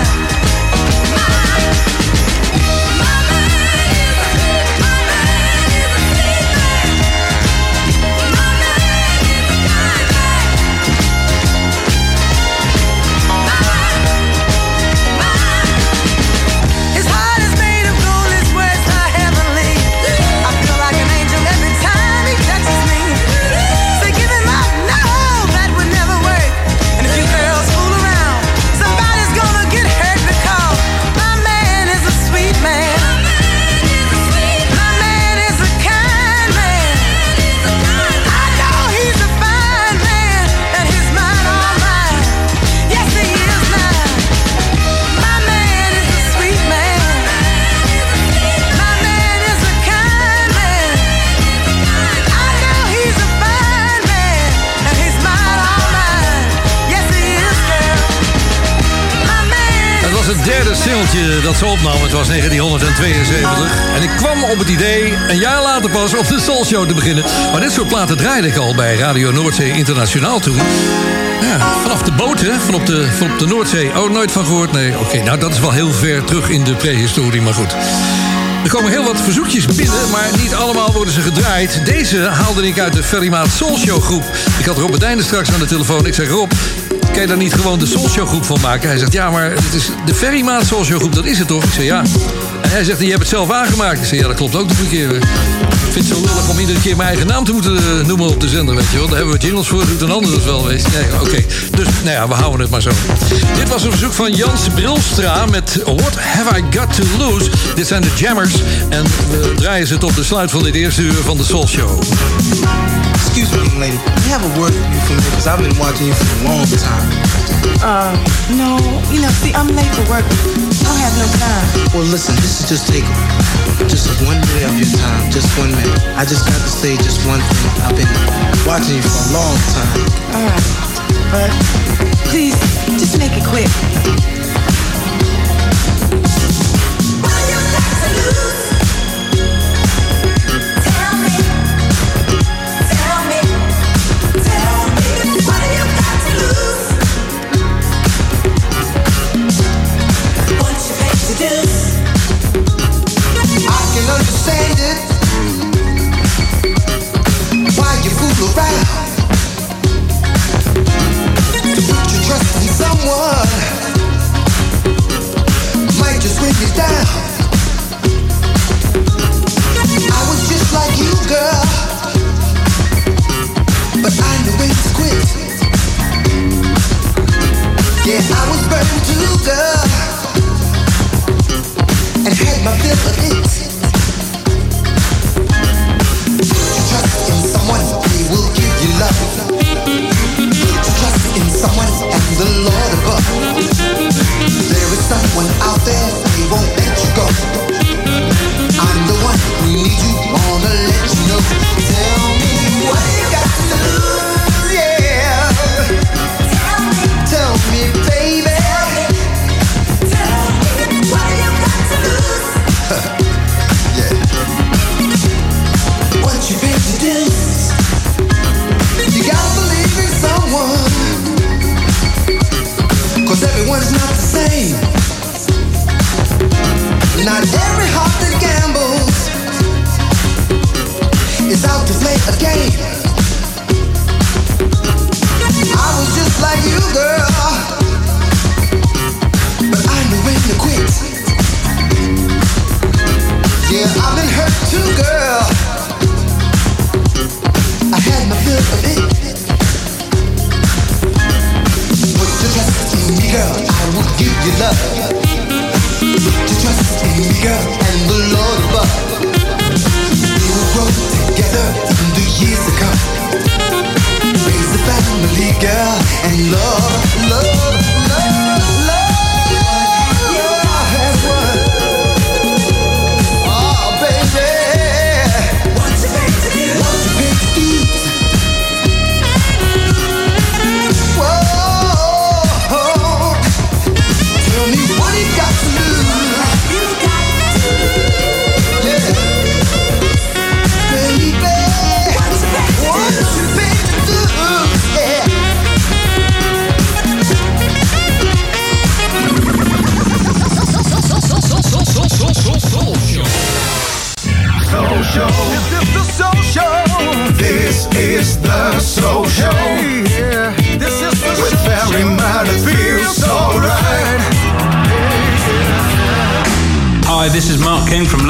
His heart is made of gold, his words are heavenly. I feel like an angel every time he touches me. Say give him up, no, that would never work. And if you girls fool around, somebody's gonna get hurt, because my man is a sweet man. My man is a kind man. I know he's a fine man, and he's mine, all mine. Yes, he is mine. My man is a sweet man. My man is a kind man. I know he's a fine man, and he's mine, all mine. Yes, he is, girl. My man. Het was het derde singeltje dat ze opnam. Het was negentien tweeënzeventig. En ik kwam op het idee een jaar later pas op de Soul Show te beginnen. Maar dit soort platen draaide ik al bij Radio Noordzee Internationaal toen. Ja, vanaf de boot, hè? Van op de, van op de Noordzee. Oh, nooit van gehoord? Nee, oké. Nou, dat is wel heel ver terug in de prehistorie, maar goed. Er komen heel wat verzoekjes binnen, maar niet allemaal worden ze gedraaid. Deze haalde ik uit de Ferrymaat Soul Show groep. Ik had Rob Bedijnen straks aan de telefoon. Ik zeg, Rob, kan je daar niet gewoon de Soul Show groep van maken? Hij zegt, ja, maar het is de Ferrymaat Soul Show groep, dat is het toch? Ik zeg, ja. En hij zegt, je hebt het zelf aangemaakt. Ik zeg, ja, dat klopt ook nog een keer. Ik vind het zo lullig om iedere keer mijn eigen naam te moeten uh, noemen op de zender, weet je wel. Daar hebben we jingles voor, doet een ander dat wel, weet je. Nee, oké. Okay. Dus, nou ja, we houden het maar zo. Dit was een verzoek van Jans Brilstra met What Have I Got To Lose. Dit zijn de Jammers en we draaien ze tot de sluit van dit eerste uur van de Soul Show. Excuse me, young lady. I have a word for you from me, because I've been watching you for a long time. Uh, no, you know, see, I'm late for work. I don't have no time. Well, listen, this is just take just one minute of your time, just one minute. I just got to say just one thing. I've been watching you for a long time. All right, but please, just make it quick. I can understand it. Why you fool around to put your trust in someone might just bring you down. I was just like you, girl, but I knew it was quick. Yeah, I was burned too, girl, and had my fill of it. Trust in someone, they will give you love. Trust in someone and the Lord above. There is someone out there, they won't let you go. I'm the one who needs you, wanna let you know.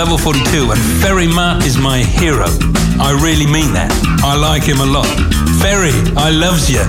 Level forty-two, and Ferry Maat is my hero. I really mean that. I like him a lot. Ferry, I loves you.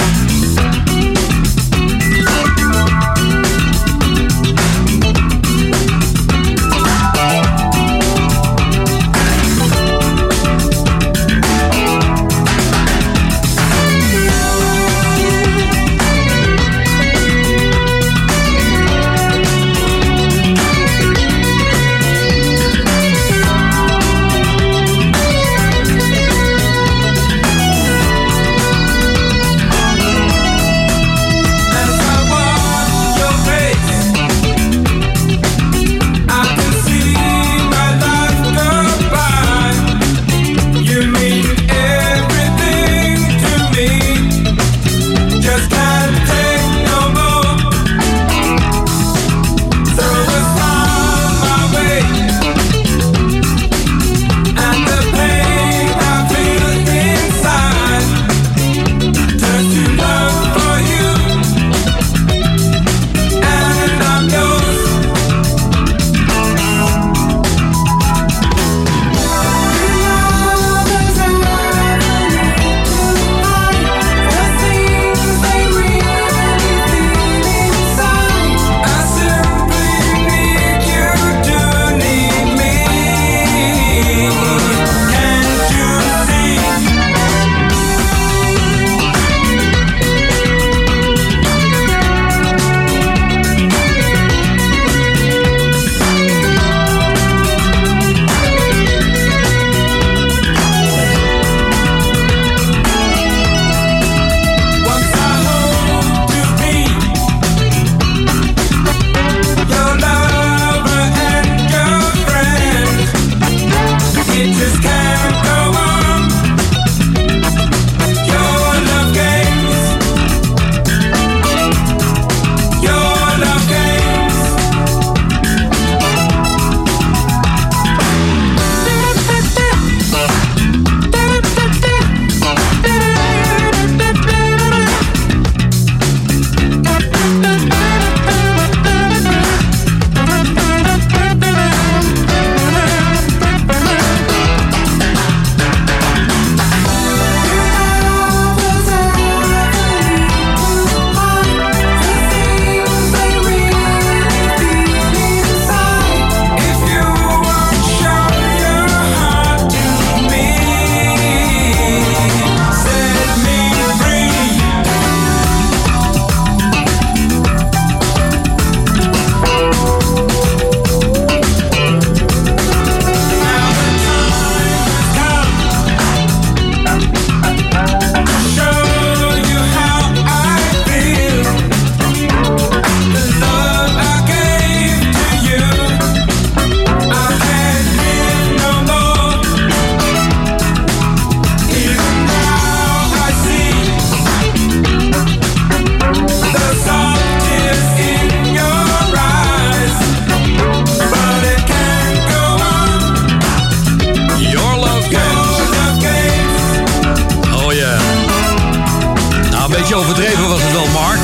overdreven was het wel, Mark.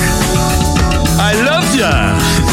I love ya.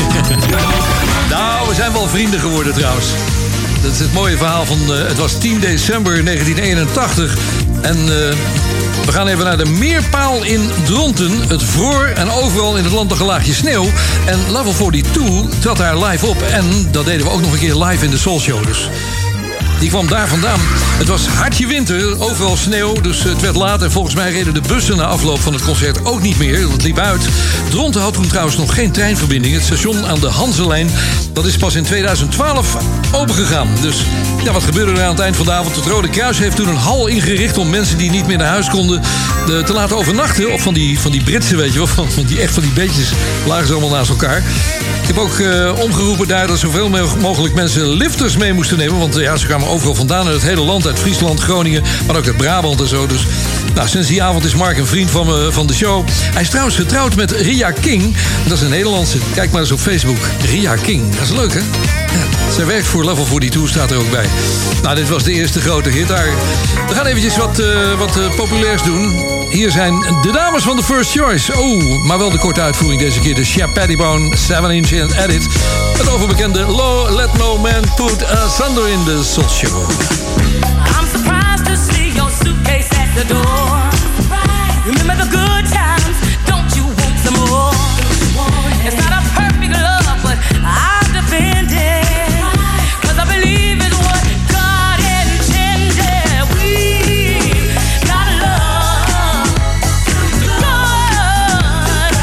Nou, we zijn wel vrienden geworden trouwens. Dat is het mooie verhaal van... Uh, het was tien december negentien eenentachtig. En uh, we gaan even naar de Meerpaal in Dronten. Het vroor en overal in het land nog een laagje sneeuw. En Level tweeënveertig trad daar live op. En dat deden we ook nog een keer live in de Soul Show. Dus die kwam daar vandaan. Het was hartje winter, overal sneeuw, dus het werd laat. En volgens mij reden de bussen na afloop van het concert ook niet meer. Het liep uit. Dronten had toen trouwens nog geen treinverbinding. Het station aan de Hanselijn, dat is pas in tweeduizend twaalf opengegaan. Dus ja, wat gebeurde er aan het eind van de avond? Het Rode Kruis heeft toen een hal ingericht om mensen die niet meer naar huis konden de, te laten overnachten. Of van die, van die Britsen, weet je wel. Van, van die, echt van die beetjes lagen ze allemaal naast elkaar. Ik heb ook uh, omgeroepen daar dat zoveel mogelijk mensen lifters mee moesten nemen. Want uh, ja, ze kwamen overal vandaan uit het hele land. Uit Friesland, Groningen, maar ook uit Brabant en zo. Dus nou, sinds die avond is Mark een vriend van, me, van de show. Hij is trouwens getrouwd met Ria King. Dat is een Nederlandse. Kijk maar eens op Facebook. Ria King. Dat is leuk, hè? Ja. Zij werkt voor Level tweeënveertig, staat er ook bij. Nou, dit was de eerste grote hit daar. We gaan eventjes wat, uh, wat uh, populairs doen. Hier zijn de dames van de First Choice. Oh, maar wel de korte uitvoering deze keer. De Shep Pettibone seven inch in edit. Het overbekende Low Let No Man Put Asunder in the Soul Show. I'm surprised to see your suitcase at the door. Remember the good times, don't you want some more? It's not a perfect love, but I'll defend it. Cause I believe it's what God intended. We got love the good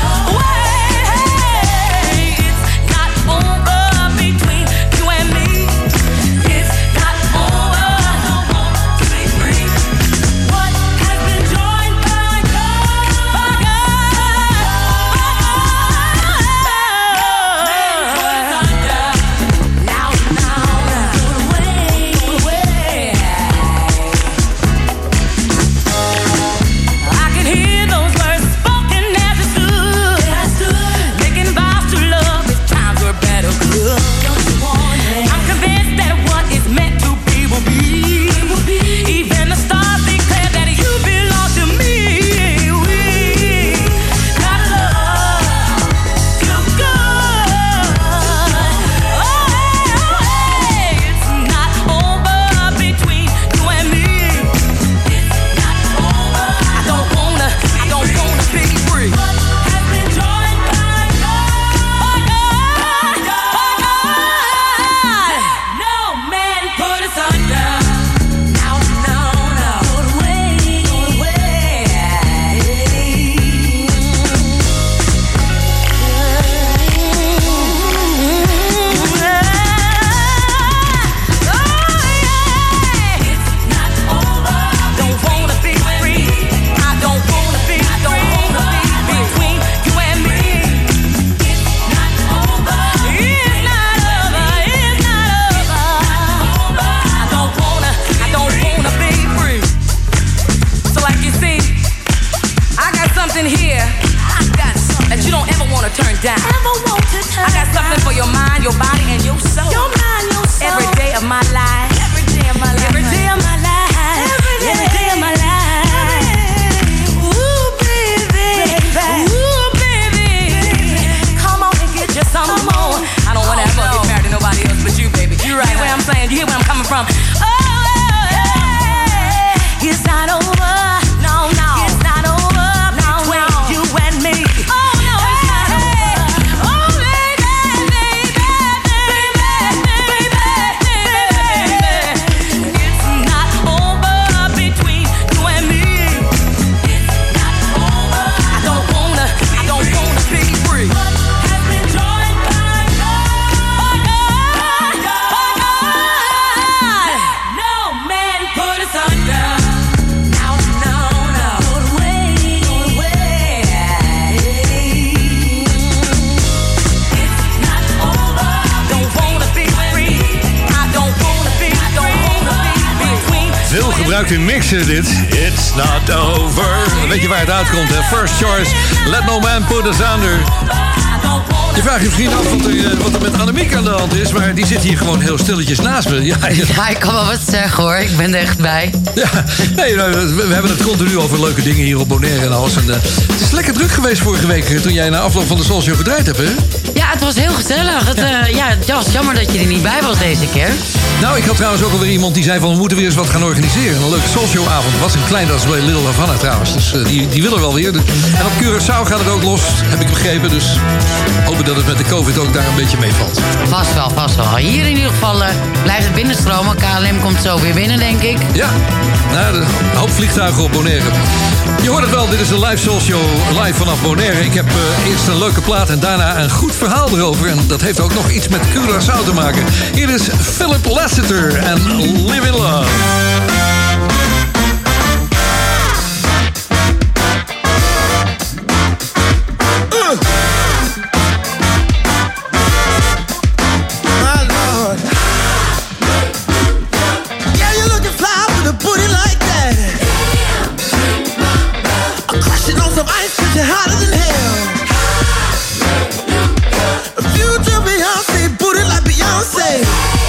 way. It's not over between you and me. It's not over. I don't want to be free. What has been joined by God, by God, now, now, away, away. I can hear those words spoken as it stood, making vows to love if times were better. Good. I'm convinced that what is meant to be will be. Even the stars declare that you belong to me. We got love too good. Oh, it's not over between you and me. It's not over. I don't wanna, I don't wanna be free. Has been joined by God, by God, by God. No man put us under. Now, no, no. Go away, go away. Don't wanna be free. I don't wanna be free. I don't wanna be between you and me. It's not over. It's not over. It's not over. I don't wanna. I don't wanna be free. So like you see, I got something here. I got something that you don't ever wanna turn down. Ever want to turn I got something for your mind, your body, and your soul. Your mind, your soul. Every day of my life. Every day of my life. Every day of my life. Every day of my life. Ooh, baby. Ooh, baby. Come on and get you some more. I don't wanna ever get married to nobody else but you, baby. You right. You hear what I'm saying? You hear where I'm coming from? Oh, yeah. It's not over. No, no. It's not over. No, between no. you and me. Oh, no, it's not over. Oh, baby, baby, baby, baby, baby. It's not over between you and me. It's not over. I don't wanna, I don't wanna be free. Has been joined by God, by God, by God. No man put us under. Now, no, no. Go away, go away. It's not over. Don't wanna be free. I don't wanna be, I don't wanna be between. Veel gebruikt in mixen dit. It's not over. Weet je waar het uitkomt, hè? First Choice. Let no man put us under. Je vraagt je misschien af wat er, eh, wat er met Annemiek aan de hand is, maar die zit hier gewoon heel stilletjes naast me. Ja, ja. Ja, ik kan wel wat zeggen hoor. Ik ben er echt bij. Ja, nee, nou, we, we hebben het continu over leuke dingen hier op Bonaire en alles. En, uh, het is lekker druk geweest vorige week uh, toen jij na afloop van de Soul Show gedraaid hebt, hè? Ja, het was heel gezellig. Het, ja. Uh, ja, het was jammer dat je er niet bij was deze keer. Nou, ik had trouwens ook alweer iemand die zei van we moeten weer eens wat gaan organiseren. Een leuke Soul Show avond. Was een klein, dat is bij Little Havana trouwens. Dus uh, die, die willen wel weer. En op Curaçao gaat het ook los, heb ik begrepen. Dus hopen dat het met de COVID ook daar een beetje meevalt. Vast wel, vast wel. Hier in ieder geval uh, blijft het binnenstromen. K L M komt zo weer binnen, denk ik. Ja, nou, een hoop vliegtuigen op Bonaire. Je hoort het wel, dit is de live Soul Show live vanaf Bonaire. Ik heb uh, eerst een leuke plaat en daarna een goed verhaal erover. En dat heeft ook nog iets met Curaçao te maken. Hier is Philip Lasseter en Live in Love. You're hotter than hell. Future Beyonce, booty like Beyonce.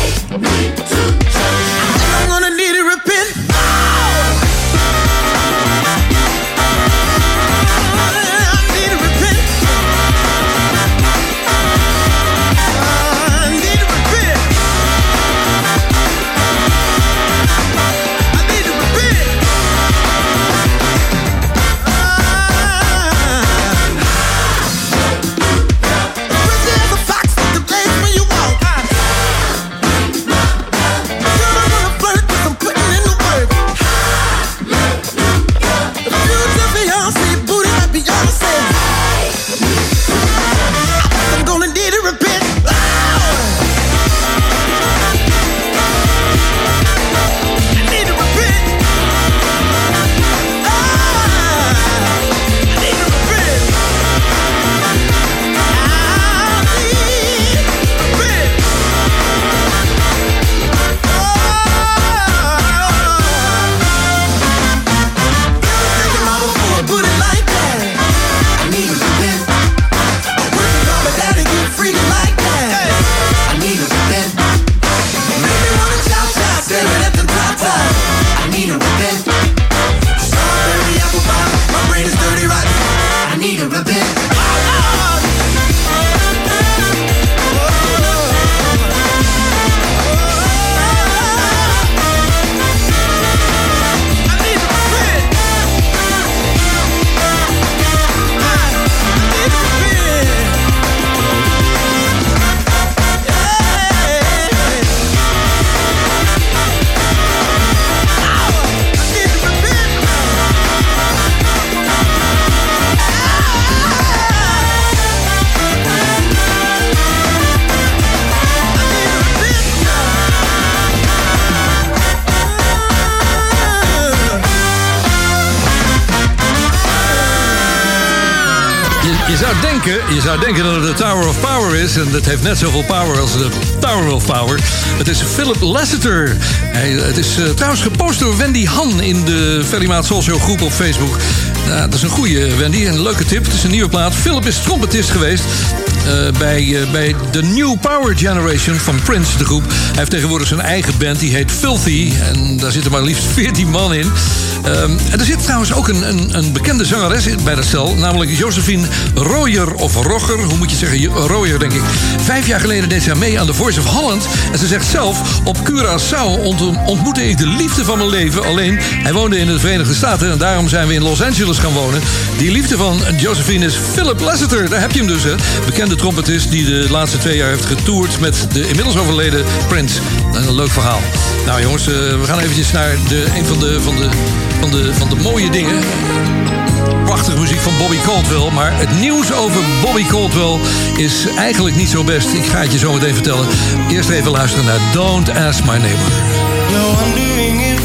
Je zou denken, je zou denken dat het de Tower of Power is. En dat heeft net zoveel power als de Tower of Power. Het is Philip Lasseter. Hij, het is uh, trouwens gepost door Wendy Han in de Ferry Maat Soul Show groep op Facebook. Nou, dat is een goede Wendy, een leuke tip. Het is een nieuwe plaat. Philip is trompetist geweest. Uh, bij, uh, bij de New Power Generation van Prince, de groep. Hij heeft tegenwoordig zijn eigen band, die heet Filthy. En daar zitten maar liefst veertien man in. Um, en er zit trouwens ook een, een, een bekende zangeres bij dat stel, namelijk Josephine Royer of Rogger. Hoe moet je zeggen? Royer, denk ik. Vijf jaar geleden deed zij mee aan The Voice of Holland. En ze zegt zelf, op Curaçao ont, ontmoette ik de liefde van mijn leven. Alleen, hij woonde in de Verenigde Staten en daarom zijn we in Los Angeles gaan wonen. Die liefde van Josephine is Philip Lasseter. Daar heb je hem dus, hè. Bekende trompetist die de laatste twee jaar heeft getoerd met de inmiddels overleden Prince. Een leuk verhaal. Nou jongens, uh, we gaan eventjes naar de, een van de, van, de, van, de, van de mooie dingen. Prachtige muziek van Bobby Caldwell. Maar het nieuws over Bobby Caldwell is eigenlijk niet zo best. Ik ga het je zo meteen vertellen. Eerst even luisteren naar Don't Ask My Neighbor. You're wondering if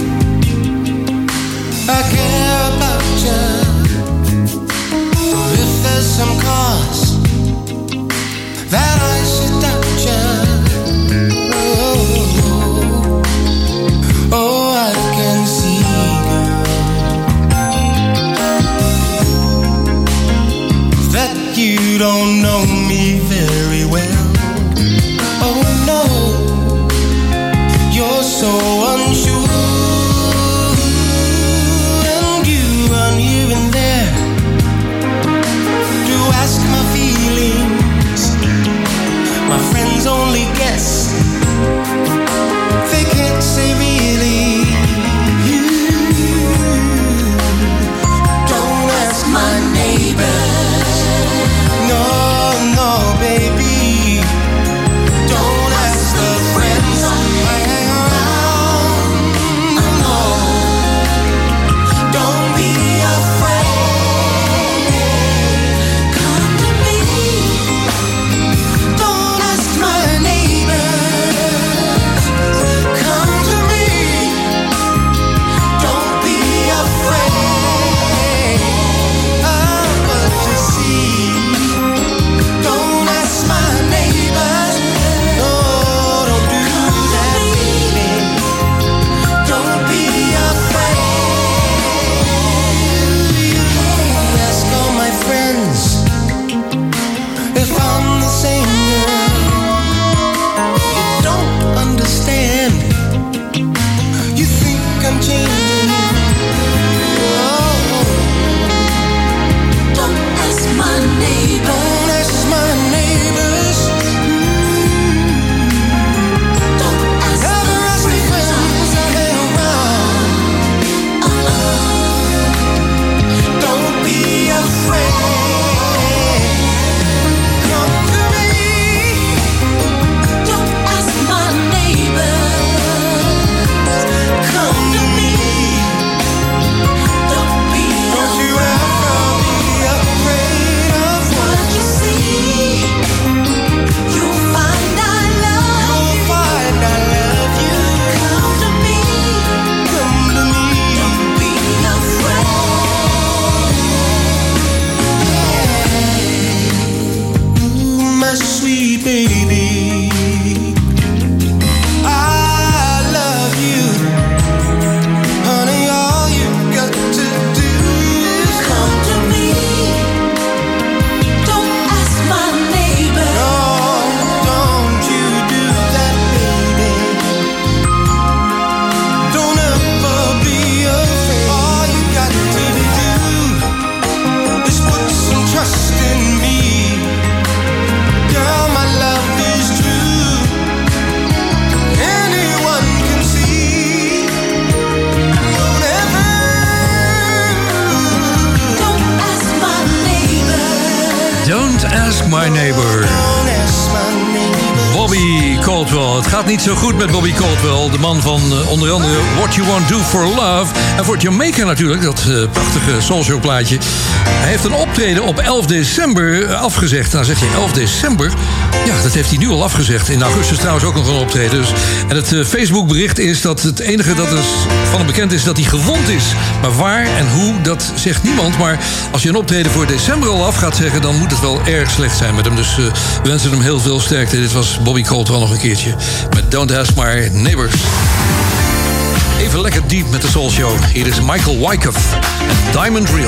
I care about you, or if there's some cause that I should doubt you. Oh, oh, I can see, girl, that you don't know me very well. Oh no, you're so unsure, and you run here and there to ask my feelings. My friends only guess, they can't say really. You don't ask my neighbors. No, no, baby. Don't ask the friends I hang around. No, don't be afraid. Come to me. Don't ask my neighbors. Come to me. Don't be afraid. Oh, but you see, don't ask my neighbors. No, don't do that, baby. Don't be afraid. Ask all my friends if I'm the same girl. You don't understand. You think I'm changing. Oh, don't ask my neighbors. Don't ask my neighbors. Don't ask my friends I hang around. Don't be afraid. Come to me. Don't ask my neighbors. Come to me. Don't be Don't you ever be afraid of what you see. You'll find I love you. You'll find I love you. Come to me. Come to me. Don't be afraid. Ooh, my sweet baby, I love you. Honey, all you've got to do is come to me. Don't ask my neighbor. No, don't you do that, baby. Don't ever be afraid. All you got to do is put some trust in me. Girl, my love is true. Anyone can see. Don't ever. Don't ask my neighbor. Don't Ask My Neighbor. Don't ask my neighbor. Bobby Bobby Caldwell. Het gaat niet zo goed met Bobby Caldwell. De man van uh, onder andere What You Want Do For Love. En voor Jamaica natuurlijk, dat uh, prachtige soulshow plaatje. Hij heeft een optreden op elf december afgezegd. Nou zeg je elf december? Ja, dat heeft hij nu al afgezegd. In augustus trouwens ook nog een optreden. Dus. En het uh, Facebookbericht is dat het enige dat er van hem bekend is dat hij gewond is. Maar waar en hoe, dat zegt niemand. Maar als je een optreden voor december al af gaat zeggen, dan moet het wel erg slecht zijn met hem. Dus uh, we wensen hem heel veel sterkte. Dit was Bobby Caldwell nog een keertje met Don't Ask My Neighbors. Even lekker diep met de Soul Show. Hier is Michael Wyckoff en Diamond Reel.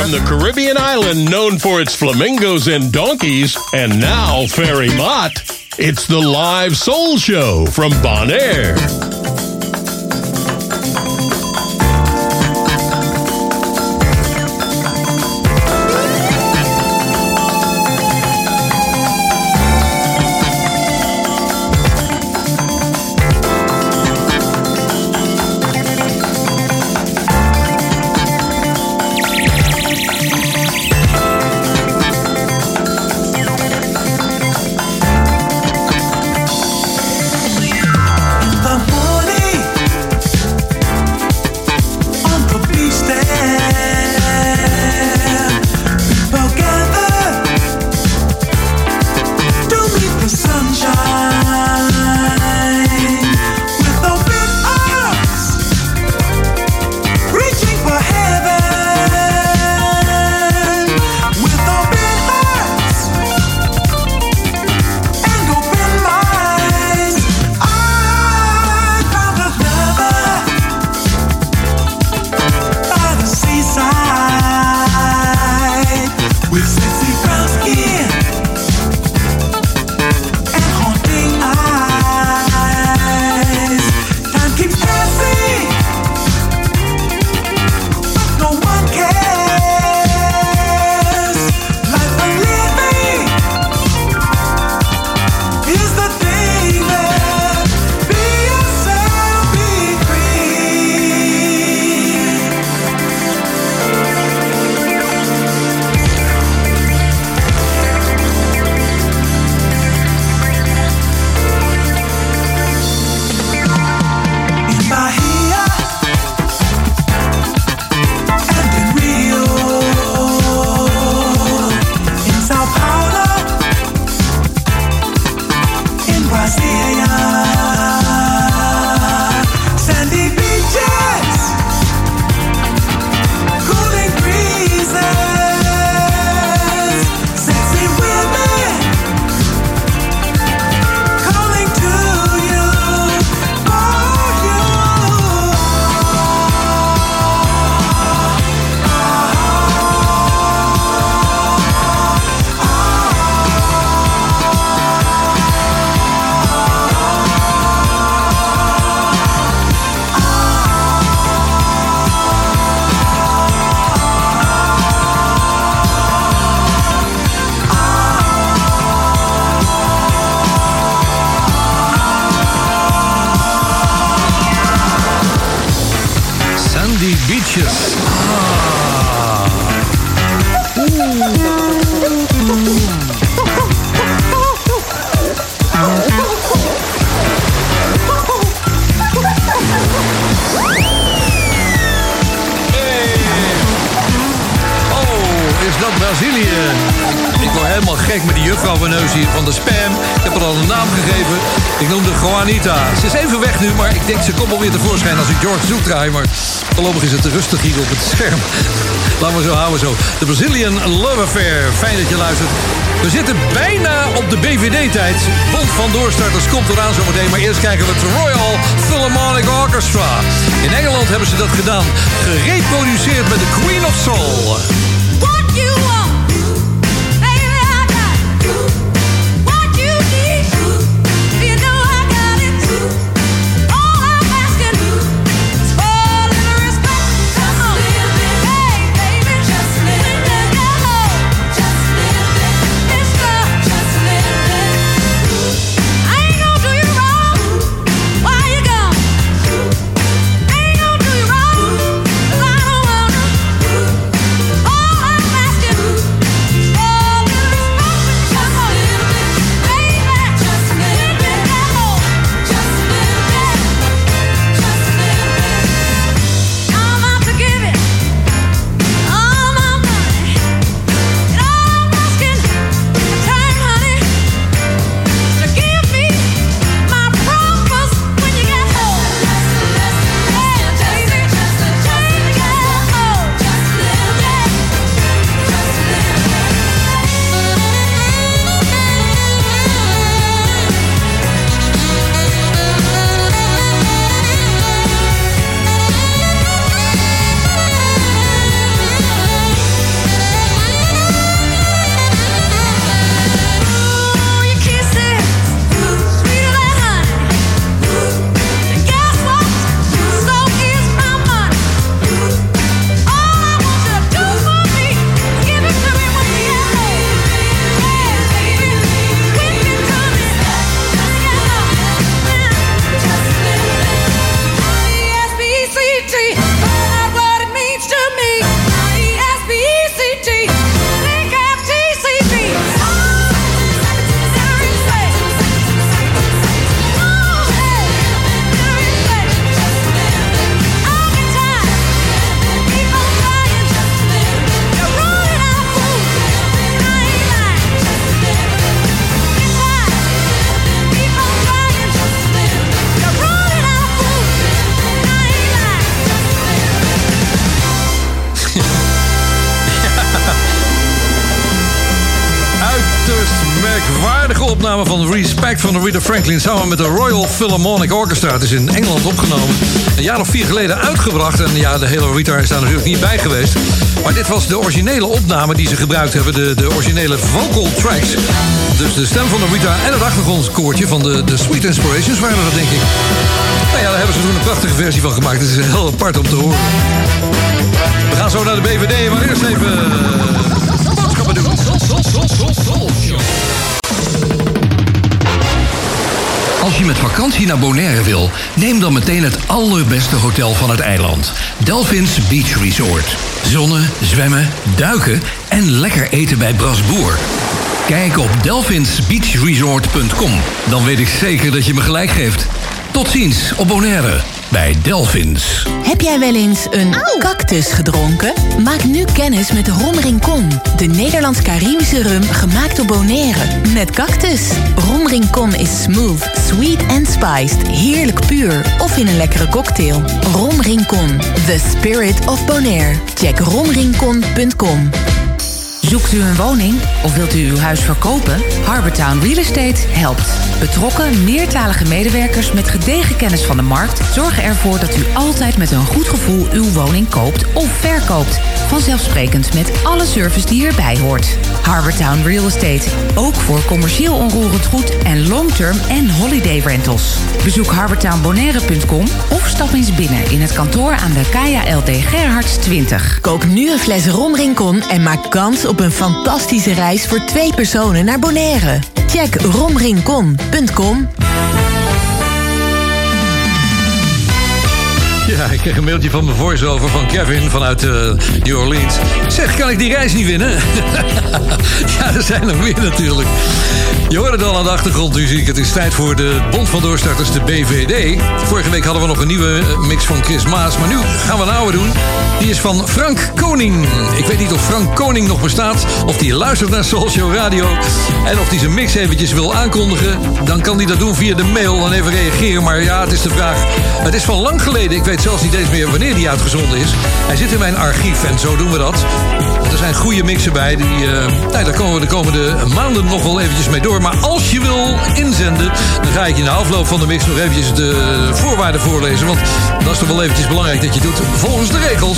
Caribbean island known for its flamingos and donkeys, and now Ferry Mott. It's the Live Soul Show from Bonaire. Van de Spam. Ik heb er al een naam gegeven. Ik noemde Juanita. Ze is even weg nu, maar ik denk ze komt wel weer tevoorschijn als ik George zoek draai. Maar voorlopig is het te rustig hier op het scherm. Laten we zo houden zo. De Brazilian Love Affair. Fijn dat je luistert. We zitten bijna op de B V D-tijd. Bond van Doorstarters komt eraan zometeen. Maar eerst kijken we het Royal Philharmonic Orchestra. In Engeland hebben ze dat gedaan. Gereproduceerd met de Queen of Soul. What you want? Oh merkwaardige opname van Respect van Aretha Franklin samen met de Royal Philharmonic Orchestra. Het is in Engeland opgenomen. Een jaar of vier geleden uitgebracht. En ja, de hele Aretha is daar natuurlijk niet bij geweest. Maar dit was de originele opname die ze gebruikt hebben. De, de originele vocal tracks. Dus de stem van Aretha en het achtergrondkoortje van de, de Sweet Inspirations waren dat, denk ik. Nou ja, daar hebben ze toen een prachtige versie van gemaakt. Het is heel apart om te horen. We gaan zo naar de B V D, maar eerst even uh, boodschappen doen. Soul, soul, soul, soul show. Als je met vakantie naar Bonaire wil, neem dan meteen het allerbeste hotel van het eiland. Delphins Beach Resort. Zonnen, zwemmen, duiken en lekker eten bij Brasboer. Kijk op delphins beach resort punt com. Dan weet ik zeker dat je me gelijk geeft. Tot ziens op Bonaire bij Delphins. Heb jij wel eens een cactus gedronken? Maak nu kennis met Rom Rincon. De Nederlands-Caribische rum gemaakt op Bonaire. Met cactus. Rom Rincon is smooth, sweet en spiced. Heerlijk puur of in een lekkere cocktail. Rom Rincon. The spirit of Bonaire. Check rom rincon punt com. Zoekt u een woning of wilt u uw huis verkopen? Harbortown Real Estate helpt. Betrokken, meertalige medewerkers met gedegen kennis van de markt zorgen ervoor dat u altijd met een goed gevoel uw woning koopt of verkoopt. Vanzelfsprekend met alle service die erbij hoort. Harbortown Real Estate, ook voor commercieel onroerend goed en long-term en holiday rentals. Bezoek harbortown bonaire punt com of stap eens binnen in het kantoor aan de K J L D Gerhards twintig. Koop nu een fles Rom Rincon en maak kans op een fantastische reis voor twee personen naar Bonaire. Check rom rincon punt com. Ja, ik kreeg een mailtje van mijn voice-over van Kevin vanuit uh, New Orleans. Zeg, kan ik die reis niet winnen? Ja, er zijn er meer natuurlijk. Je hoorde het al aan de achtergrondmuziek. Het is tijd voor de Bond van Doorstarters, de B V D. Vorige week hadden we nog een nieuwe mix van Chris Maas. Maar nu gaan we een oude doen. Die is van Frank Koning. Ik weet niet of Frank Koning nog bestaat. Of die luistert naar Soul Show Radio. En of hij zijn mix eventjes wil aankondigen. Dan kan hij dat doen via de mail. Dan even reageren. Maar ja, het is de vraag. Het is van lang geleden. Ik weet zelfs niet eens meer wanneer die uitgezonden is. Hij zit in mijn archief en zo doen we dat. Er zijn goede mixen bij. Die, uh, nou, daar komen we de komende maanden nog wel eventjes mee door. Maar als je wil inzenden, dan ga ik in de afloop van de mix nog eventjes de voorwaarden voorlezen. Want dat is toch wel eventjes belangrijk dat je doet volgens de regels.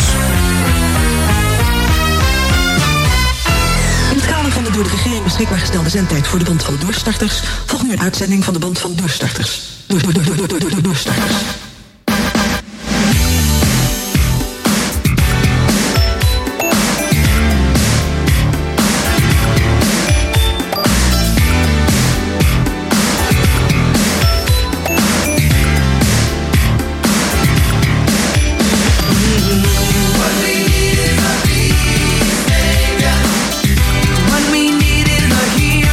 In het kader van de door de regering beschikbaar gestelde zendtijd voor de Bond van Doorstarters volgt nu een uitzending van de Bond van Doorstarters. Door, door, door, door, door, door, door, doorstarters.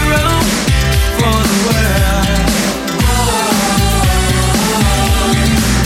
For the world.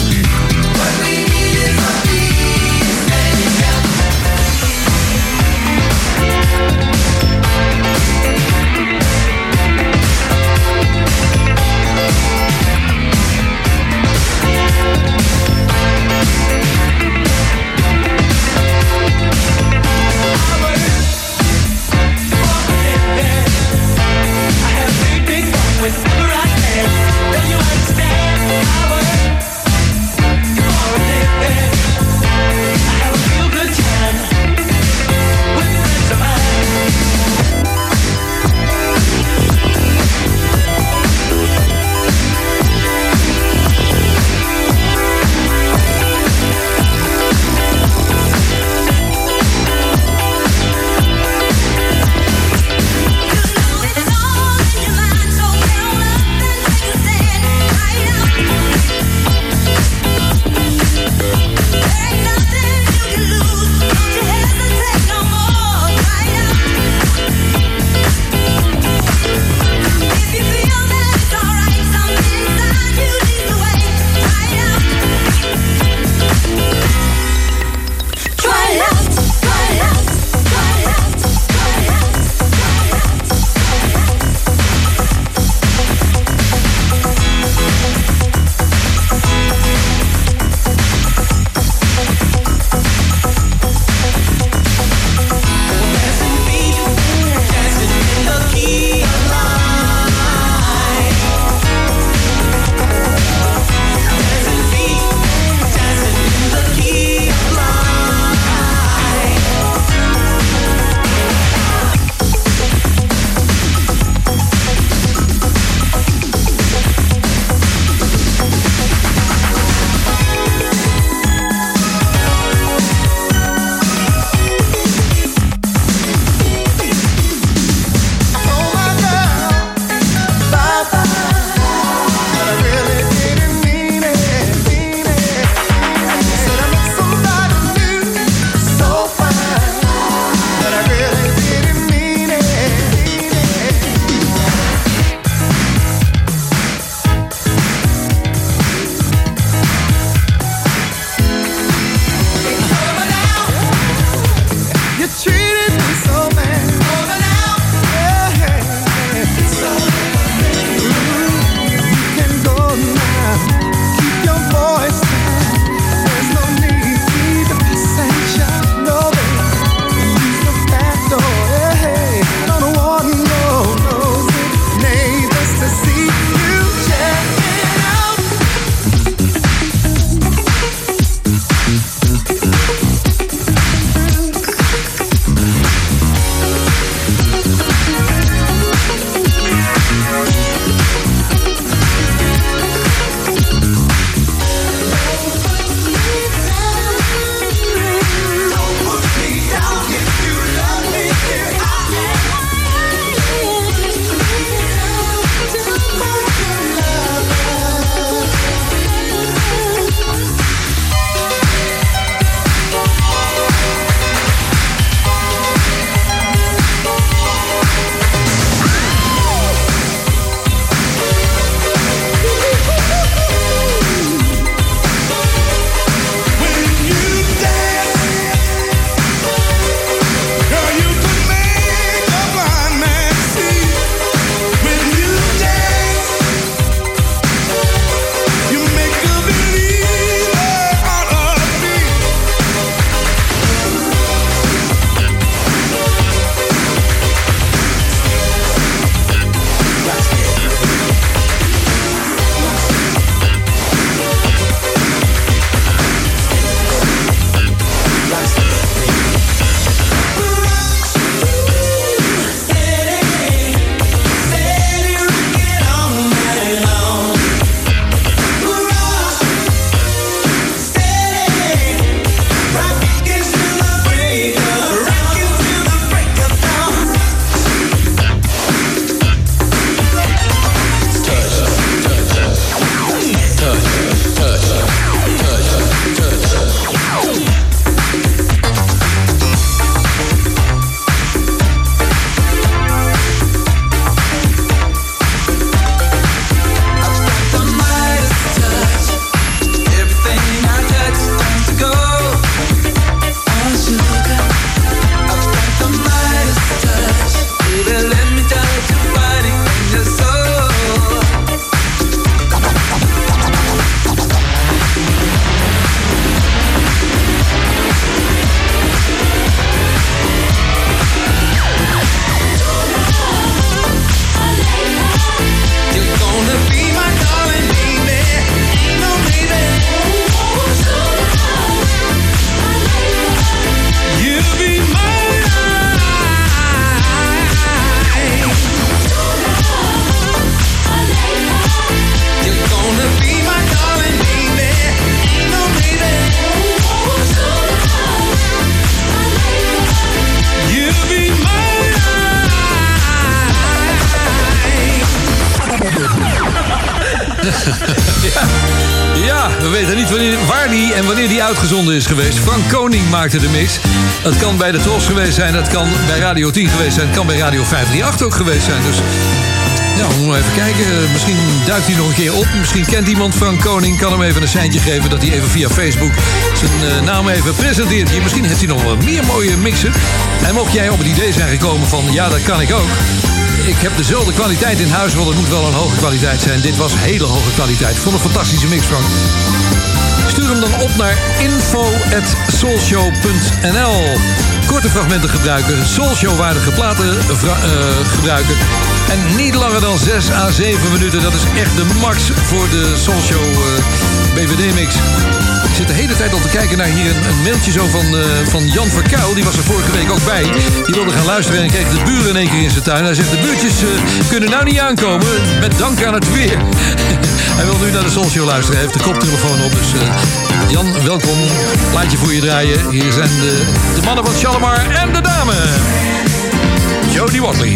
ja. ja, we weten niet wanneer, waar die en wanneer die uitgezonden is geweest. Frank Koning maakte de mix. Dat kan bij de Tros geweest zijn, dat kan bij Radio tien geweest zijn... het kan bij Radio vijf drie acht ook geweest zijn. Dus ja, we moeten even kijken. Misschien duikt hij nog een keer op. Misschien kent iemand Frank Koning. Kan hem even een seintje geven dat hij even via Facebook zijn uh, naam even presenteert hier. Misschien heeft hij nog wel meer mooie mixen. En mocht jij op het idee zijn gekomen van ja, dat kan ik ook... Ik heb dezelfde kwaliteit in huis, want het moet wel een hoge kwaliteit zijn. Dit was hele hoge kwaliteit. Ik vond een fantastische mix, Frank. Stuur hem dan op naar info at soulshow punt n l. Korte fragmenten gebruiken, Soulshow-waardige platen vra- uh, gebruiken. En niet langer dan zes à zeven minuten. Dat is echt de max voor de Soulshow uh, B V D-mix. Ik zit de hele tijd al te kijken naar hier een, een mailtje zo van, uh, van Jan Verkuil. Die was er vorige week ook bij. Die wilde gaan luisteren en kreeg de buren in één keer in zijn tuin. Hij zegt, de buurtjes uh, kunnen nou niet aankomen. Met dank aan het weer. Hij wil nu naar de Soulshow luisteren. Hij heeft de koptelefoon op. Dus uh, Jan, welkom. Plaatje voor je draaien. Hier zijn de, de mannen van Shalimar en de dame. Jody Watley.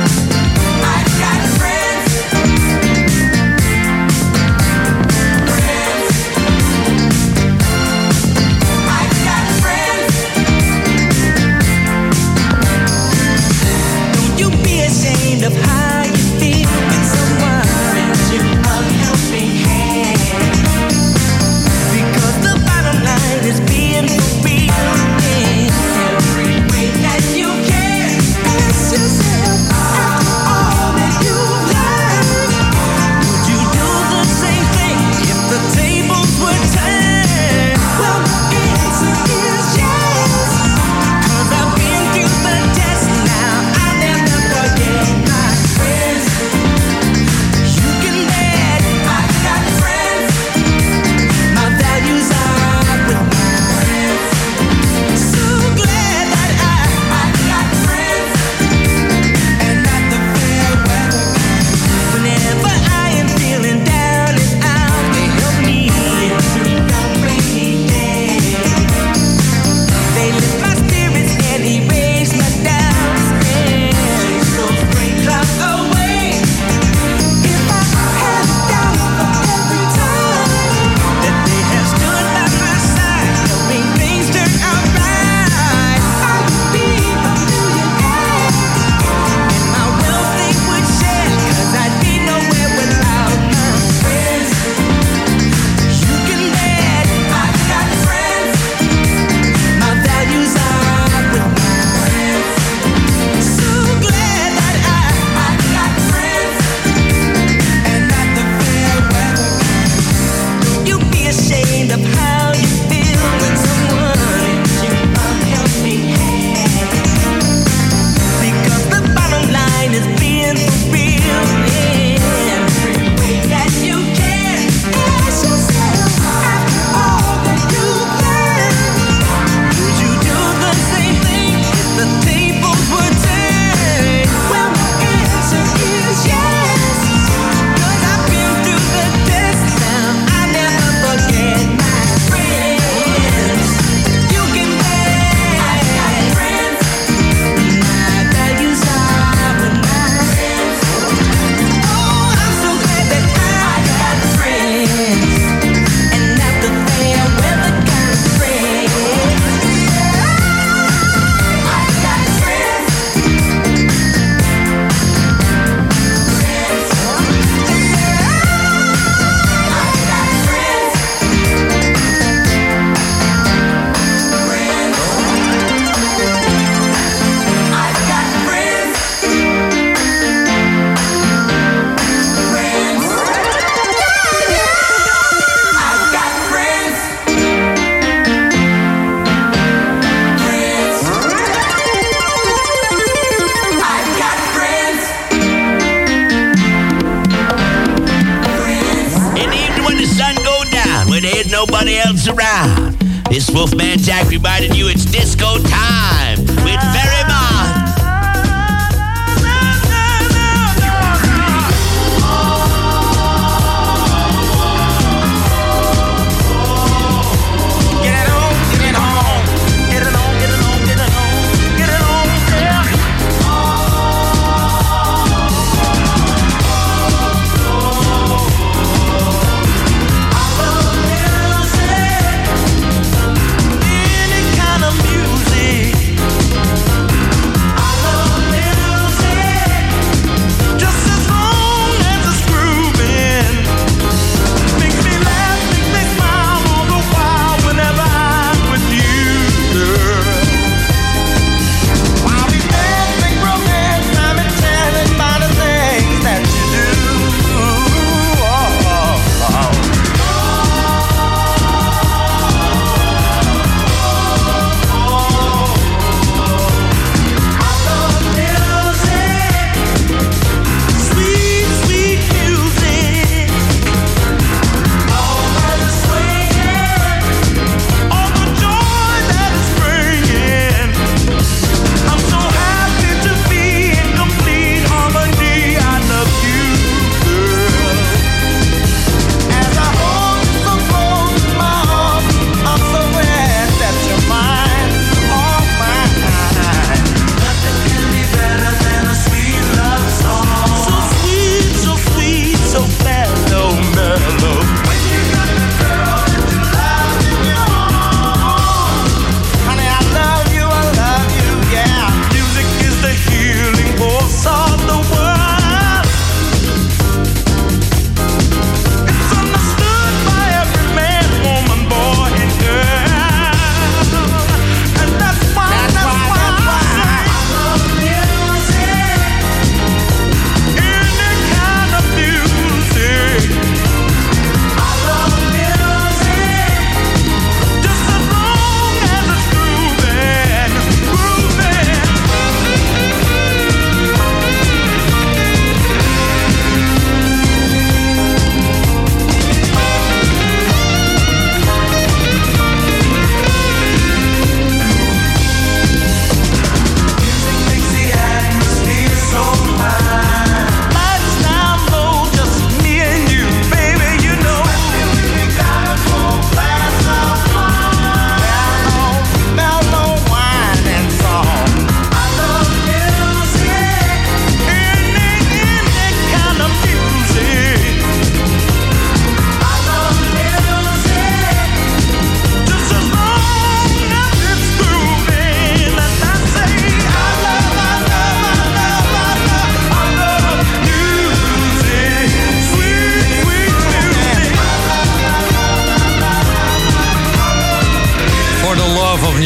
Of how you feel when someone brings you a helping hand, because the bottom line is being for real in every way that you can. Ask yourself, after all that you've learned, would you do the same thing if the tables were turned? Well, the answer is yes, 'cause I've been through the test now. I never forget. nobody else around. This Wolfman Jack reminded you it's disco time with Ferry Mott.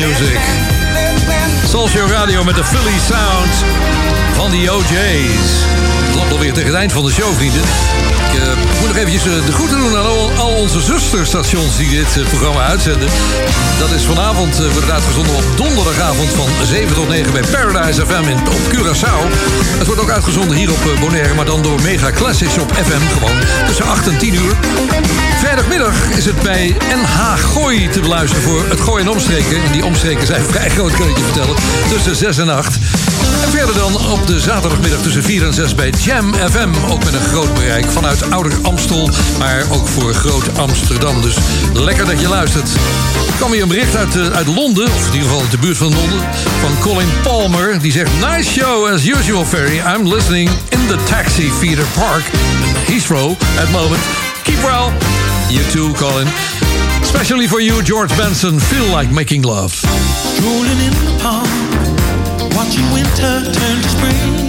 music. Soul Show Radio met de Philly Sound van de O J's. Het loopt alweer tegen het eind van de show, vrienden. Ik uh, moet nog eventjes uh, de groeten doen aan al, al onze zusterstations die dit uh, programma uitzenden. Dat is vanavond, uh, wordt het uitgezonden op donderdagavond van zeven tot negen bij Paradise F M in, op Curaçao. Het wordt ook uitgezonden hier op uh, Bonaire, maar dan door Mega Classics op F M, gewoon tussen acht en tien uur. Vrijdagmiddag is het bij N H Gooi te beluisteren voor het Gooi en omstreken. En die omstreken zijn vrij groot, kan ik je vertellen, tussen zes en acht. En verder dan op de zaterdagmiddag tussen vier en zes bij Jam F M. Ook met een groot bereik vanuit Ouder Amstel, maar ook voor Groot Amsterdam. Dus lekker dat je luistert. Er kwam hier een bericht uit, uh, uit Londen, of in ieder geval uit de buurt van Londen, van Colin Palmer. Die zegt, nice show as usual, Ferry. I'm listening in the taxi, Feeder Park, Heathrow at moment. Keep well. You too, Colin. Especially for you, George Benson, Feel Like Making Love. Strolling in the park, watching winter turn to spring.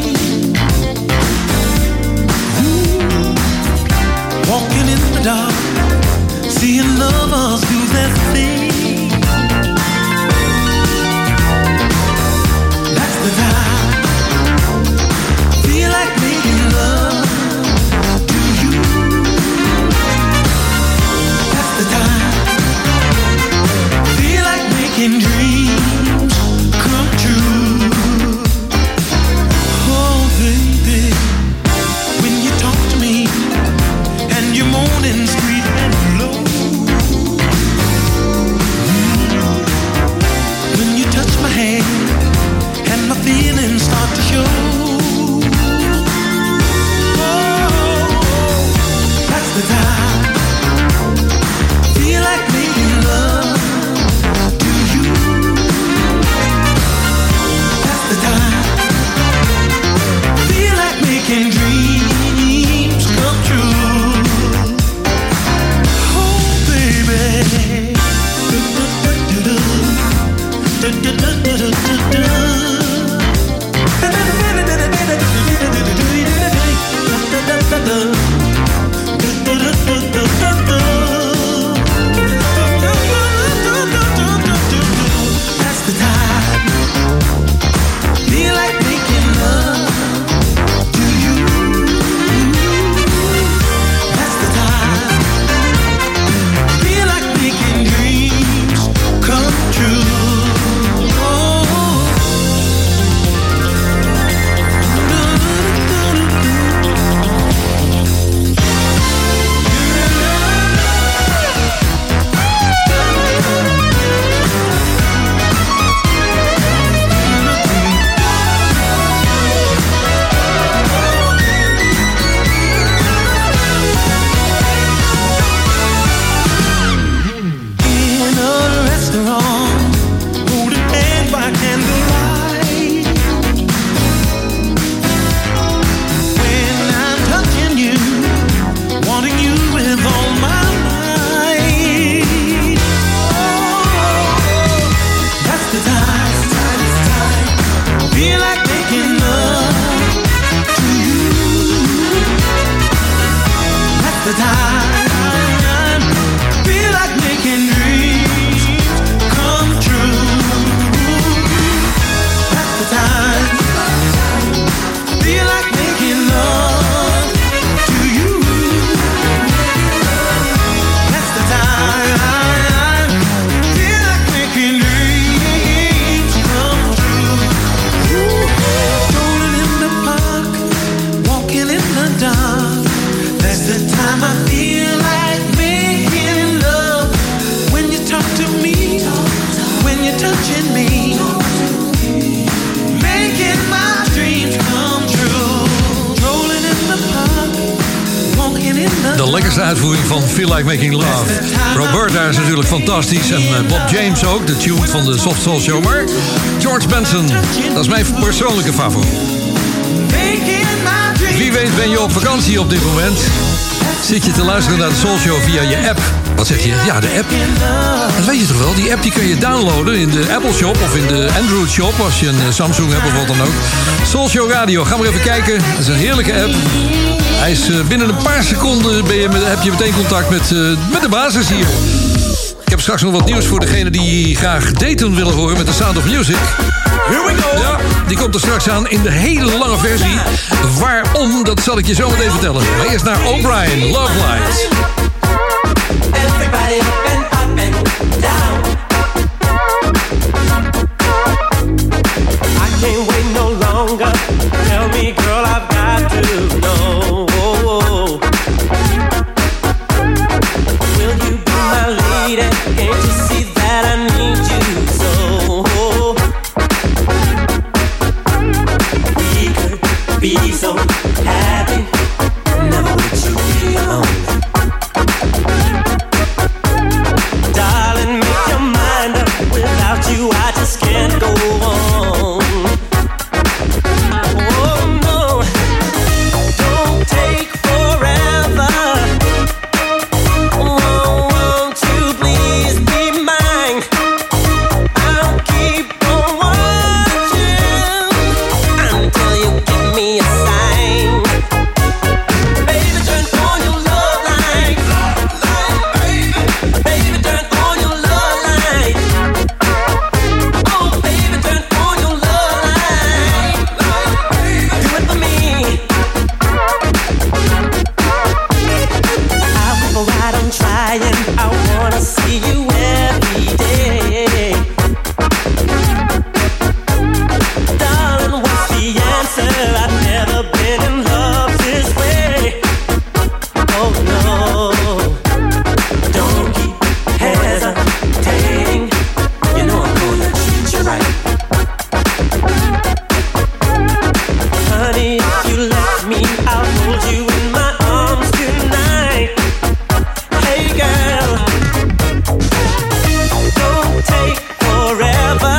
Ooh. Walking in the dark, seeing lovers do their thing. That's the time. Feel like making love to you. That's the time. Feel like making dreams come true. Oh baby, when you talk to me and you're moaning sweet and low. When you touch my hand and my feelings start to show. Oh, that's the time. Feel like making love to you. That's the time. Feel like making dreams come true. Oh baby. That's the time. Feel like making love to you. That's the time. Feel like making dreams come true. In a restaurant, holding hands by candlelight. When I'm touching you, wanting you with all my might. Oh, that's the time. Feel like making love to you. That's the time. Feel like making dreams come true. That's the time. Feel like making love to you. That's the time. Feel like making dreams come true. Strolling in the park, walking in the dark. That's the time I feel like making love. When you talk to me, when you're touching me, making my dreams come true. Strolling in the park, walking in the De lekkerste uitvoering van Feel Like Making Love. Roberta is natuurlijk fantastisch en uh, Bob James ook, de tune van de Soft Soul Show. Maar George Benson, dat is mijn persoonlijke favoriet. Wie weet ben je op vakantie op dit moment. Zit je te luisteren naar de Soul Show via je app. Wat zeg je? Ja, de app. Dat weet je toch wel? Die app die kun je downloaden in de Apple Shop of in de Android Shop. Als je een Samsung hebt of wat dan ook. Soul Show Radio. Ga maar even kijken. Dat is een heerlijke app. Hij is uh, binnen een paar seconden ben je met, heb je meteen contact met, uh, met de basis hier. Ik heb straks nog wat nieuws voor degenen die graag Dayton willen horen met The Sound of Music. Here we go! Ja, die komt er straks aan in de hele lange versie. Waarom, dat zal ik je zo meteen vertellen. Maar eerst naar O'Brien, Love Light. Everybody up and up and down. I can't wait no longer. Tell me, girl, I've got to know. Will you be my lady? Can't you see that I need you so? We could be so happy. Never would you be alone. Darling, make your mind up. Without you, I just can't go on. Oh no, don't take forever. Oh, won't you please be mine? I'll keep on watching until you give me a sign. Baby, turn on your love light. Baby, turn on your love light. Oh, baby, turn on your love light. Do it for me. I will ride on trying. I wanna see you every day. Darling, what's the answer? I've never been in love this way. Oh no, don't keep hesitating. You know I'm gonna treat you right. Honey, if you let me, I'll hold you in my arms tonight. Hey girl, don't take forever.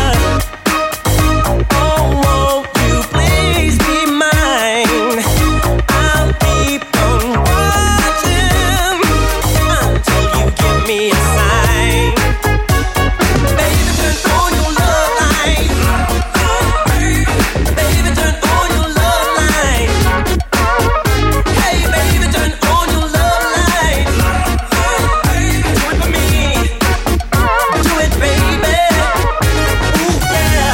Oh, won't you please be mine? I'll keep on watching until you give me a sign. Baby, turn on your love light. Baby, turn on your love light. Hey, baby, turn on your love light. Do it for me. Do it, baby. Ooh, yeah.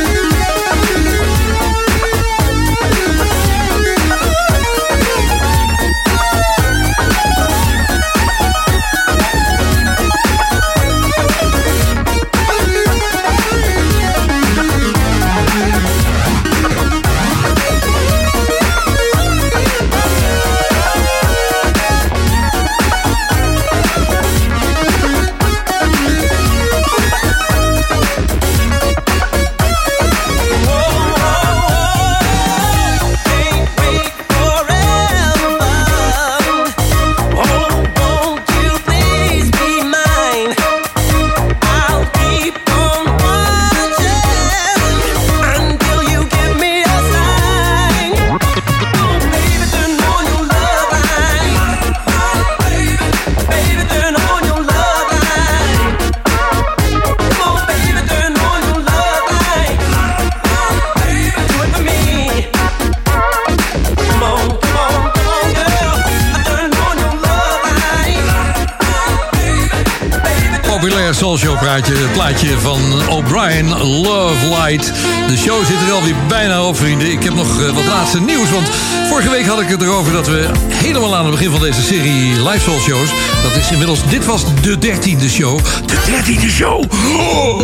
Populair soulshow praatje, het plaatje van O'Brien, Love Light. De show zit er alweer bijna op, vrienden. Ik heb nog uh, wat laatste nieuws, want vorige week had ik het erover dat we helemaal aan het begin van deze serie live soul shows, dat is inmiddels, dit was de dertiende show. De dertiende show! Oh,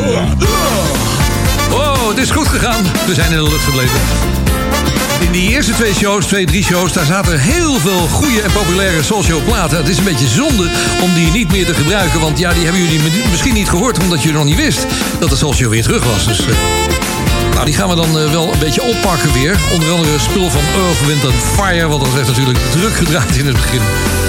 oh, het is goed gegaan. We zijn in de lucht gebleven. In die eerste twee shows, twee, drie shows, daar zaten heel veel goede en populaire soulshow platen. Het is een beetje zonde om die niet meer te gebruiken, want ja, die hebben jullie misschien niet gehoord, omdat je nog niet wist dat de soulshow weer terug was. Dus uh, nou, die gaan we dan uh, wel een beetje oppakken weer. Onder andere spul van Earth, Wind and Fire, want dat werd natuurlijk druk gedraaid in het begin.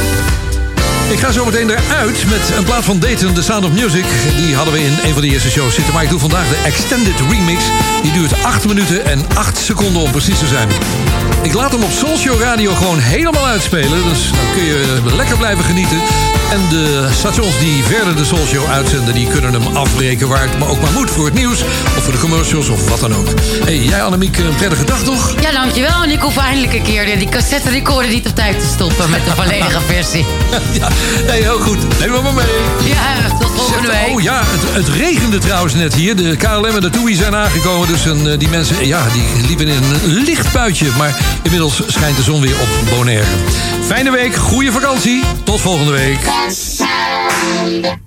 Ik ga zo meteen eruit met een plaat van Dayton, The Sound of Music. Die hadden we in een van de eerste shows zitten. Maar ik doe vandaag de Extended Remix. Die duurt acht minuten en acht seconden om precies te zijn. Ik laat hem op Soulshow Radio gewoon helemaal uitspelen. Dus dan kun je lekker blijven genieten En de stations die verder de Soul Show uitzenden, die kunnen hem afbreken waar het maar ook maar moet. Voor het nieuws of voor de commercials of wat dan ook. Hey, jij Annemiek, een prettige dag toch? Ja, dankjewel. En ik hoef eindelijk een keer die cassette recorder niet op tijd te stoppen met de volledige versie. Ja, nee, heel goed. Neem maar mee. Ja, tot volgende week. Oh ja, het, het regende trouwens net hier. De K L M en de T U I zijn aangekomen. Dus een, die mensen, ja, die liepen in een licht buitje. Maar inmiddels schijnt de zon weer op Bonaire. Fijne week, goede vakantie. Tot volgende week.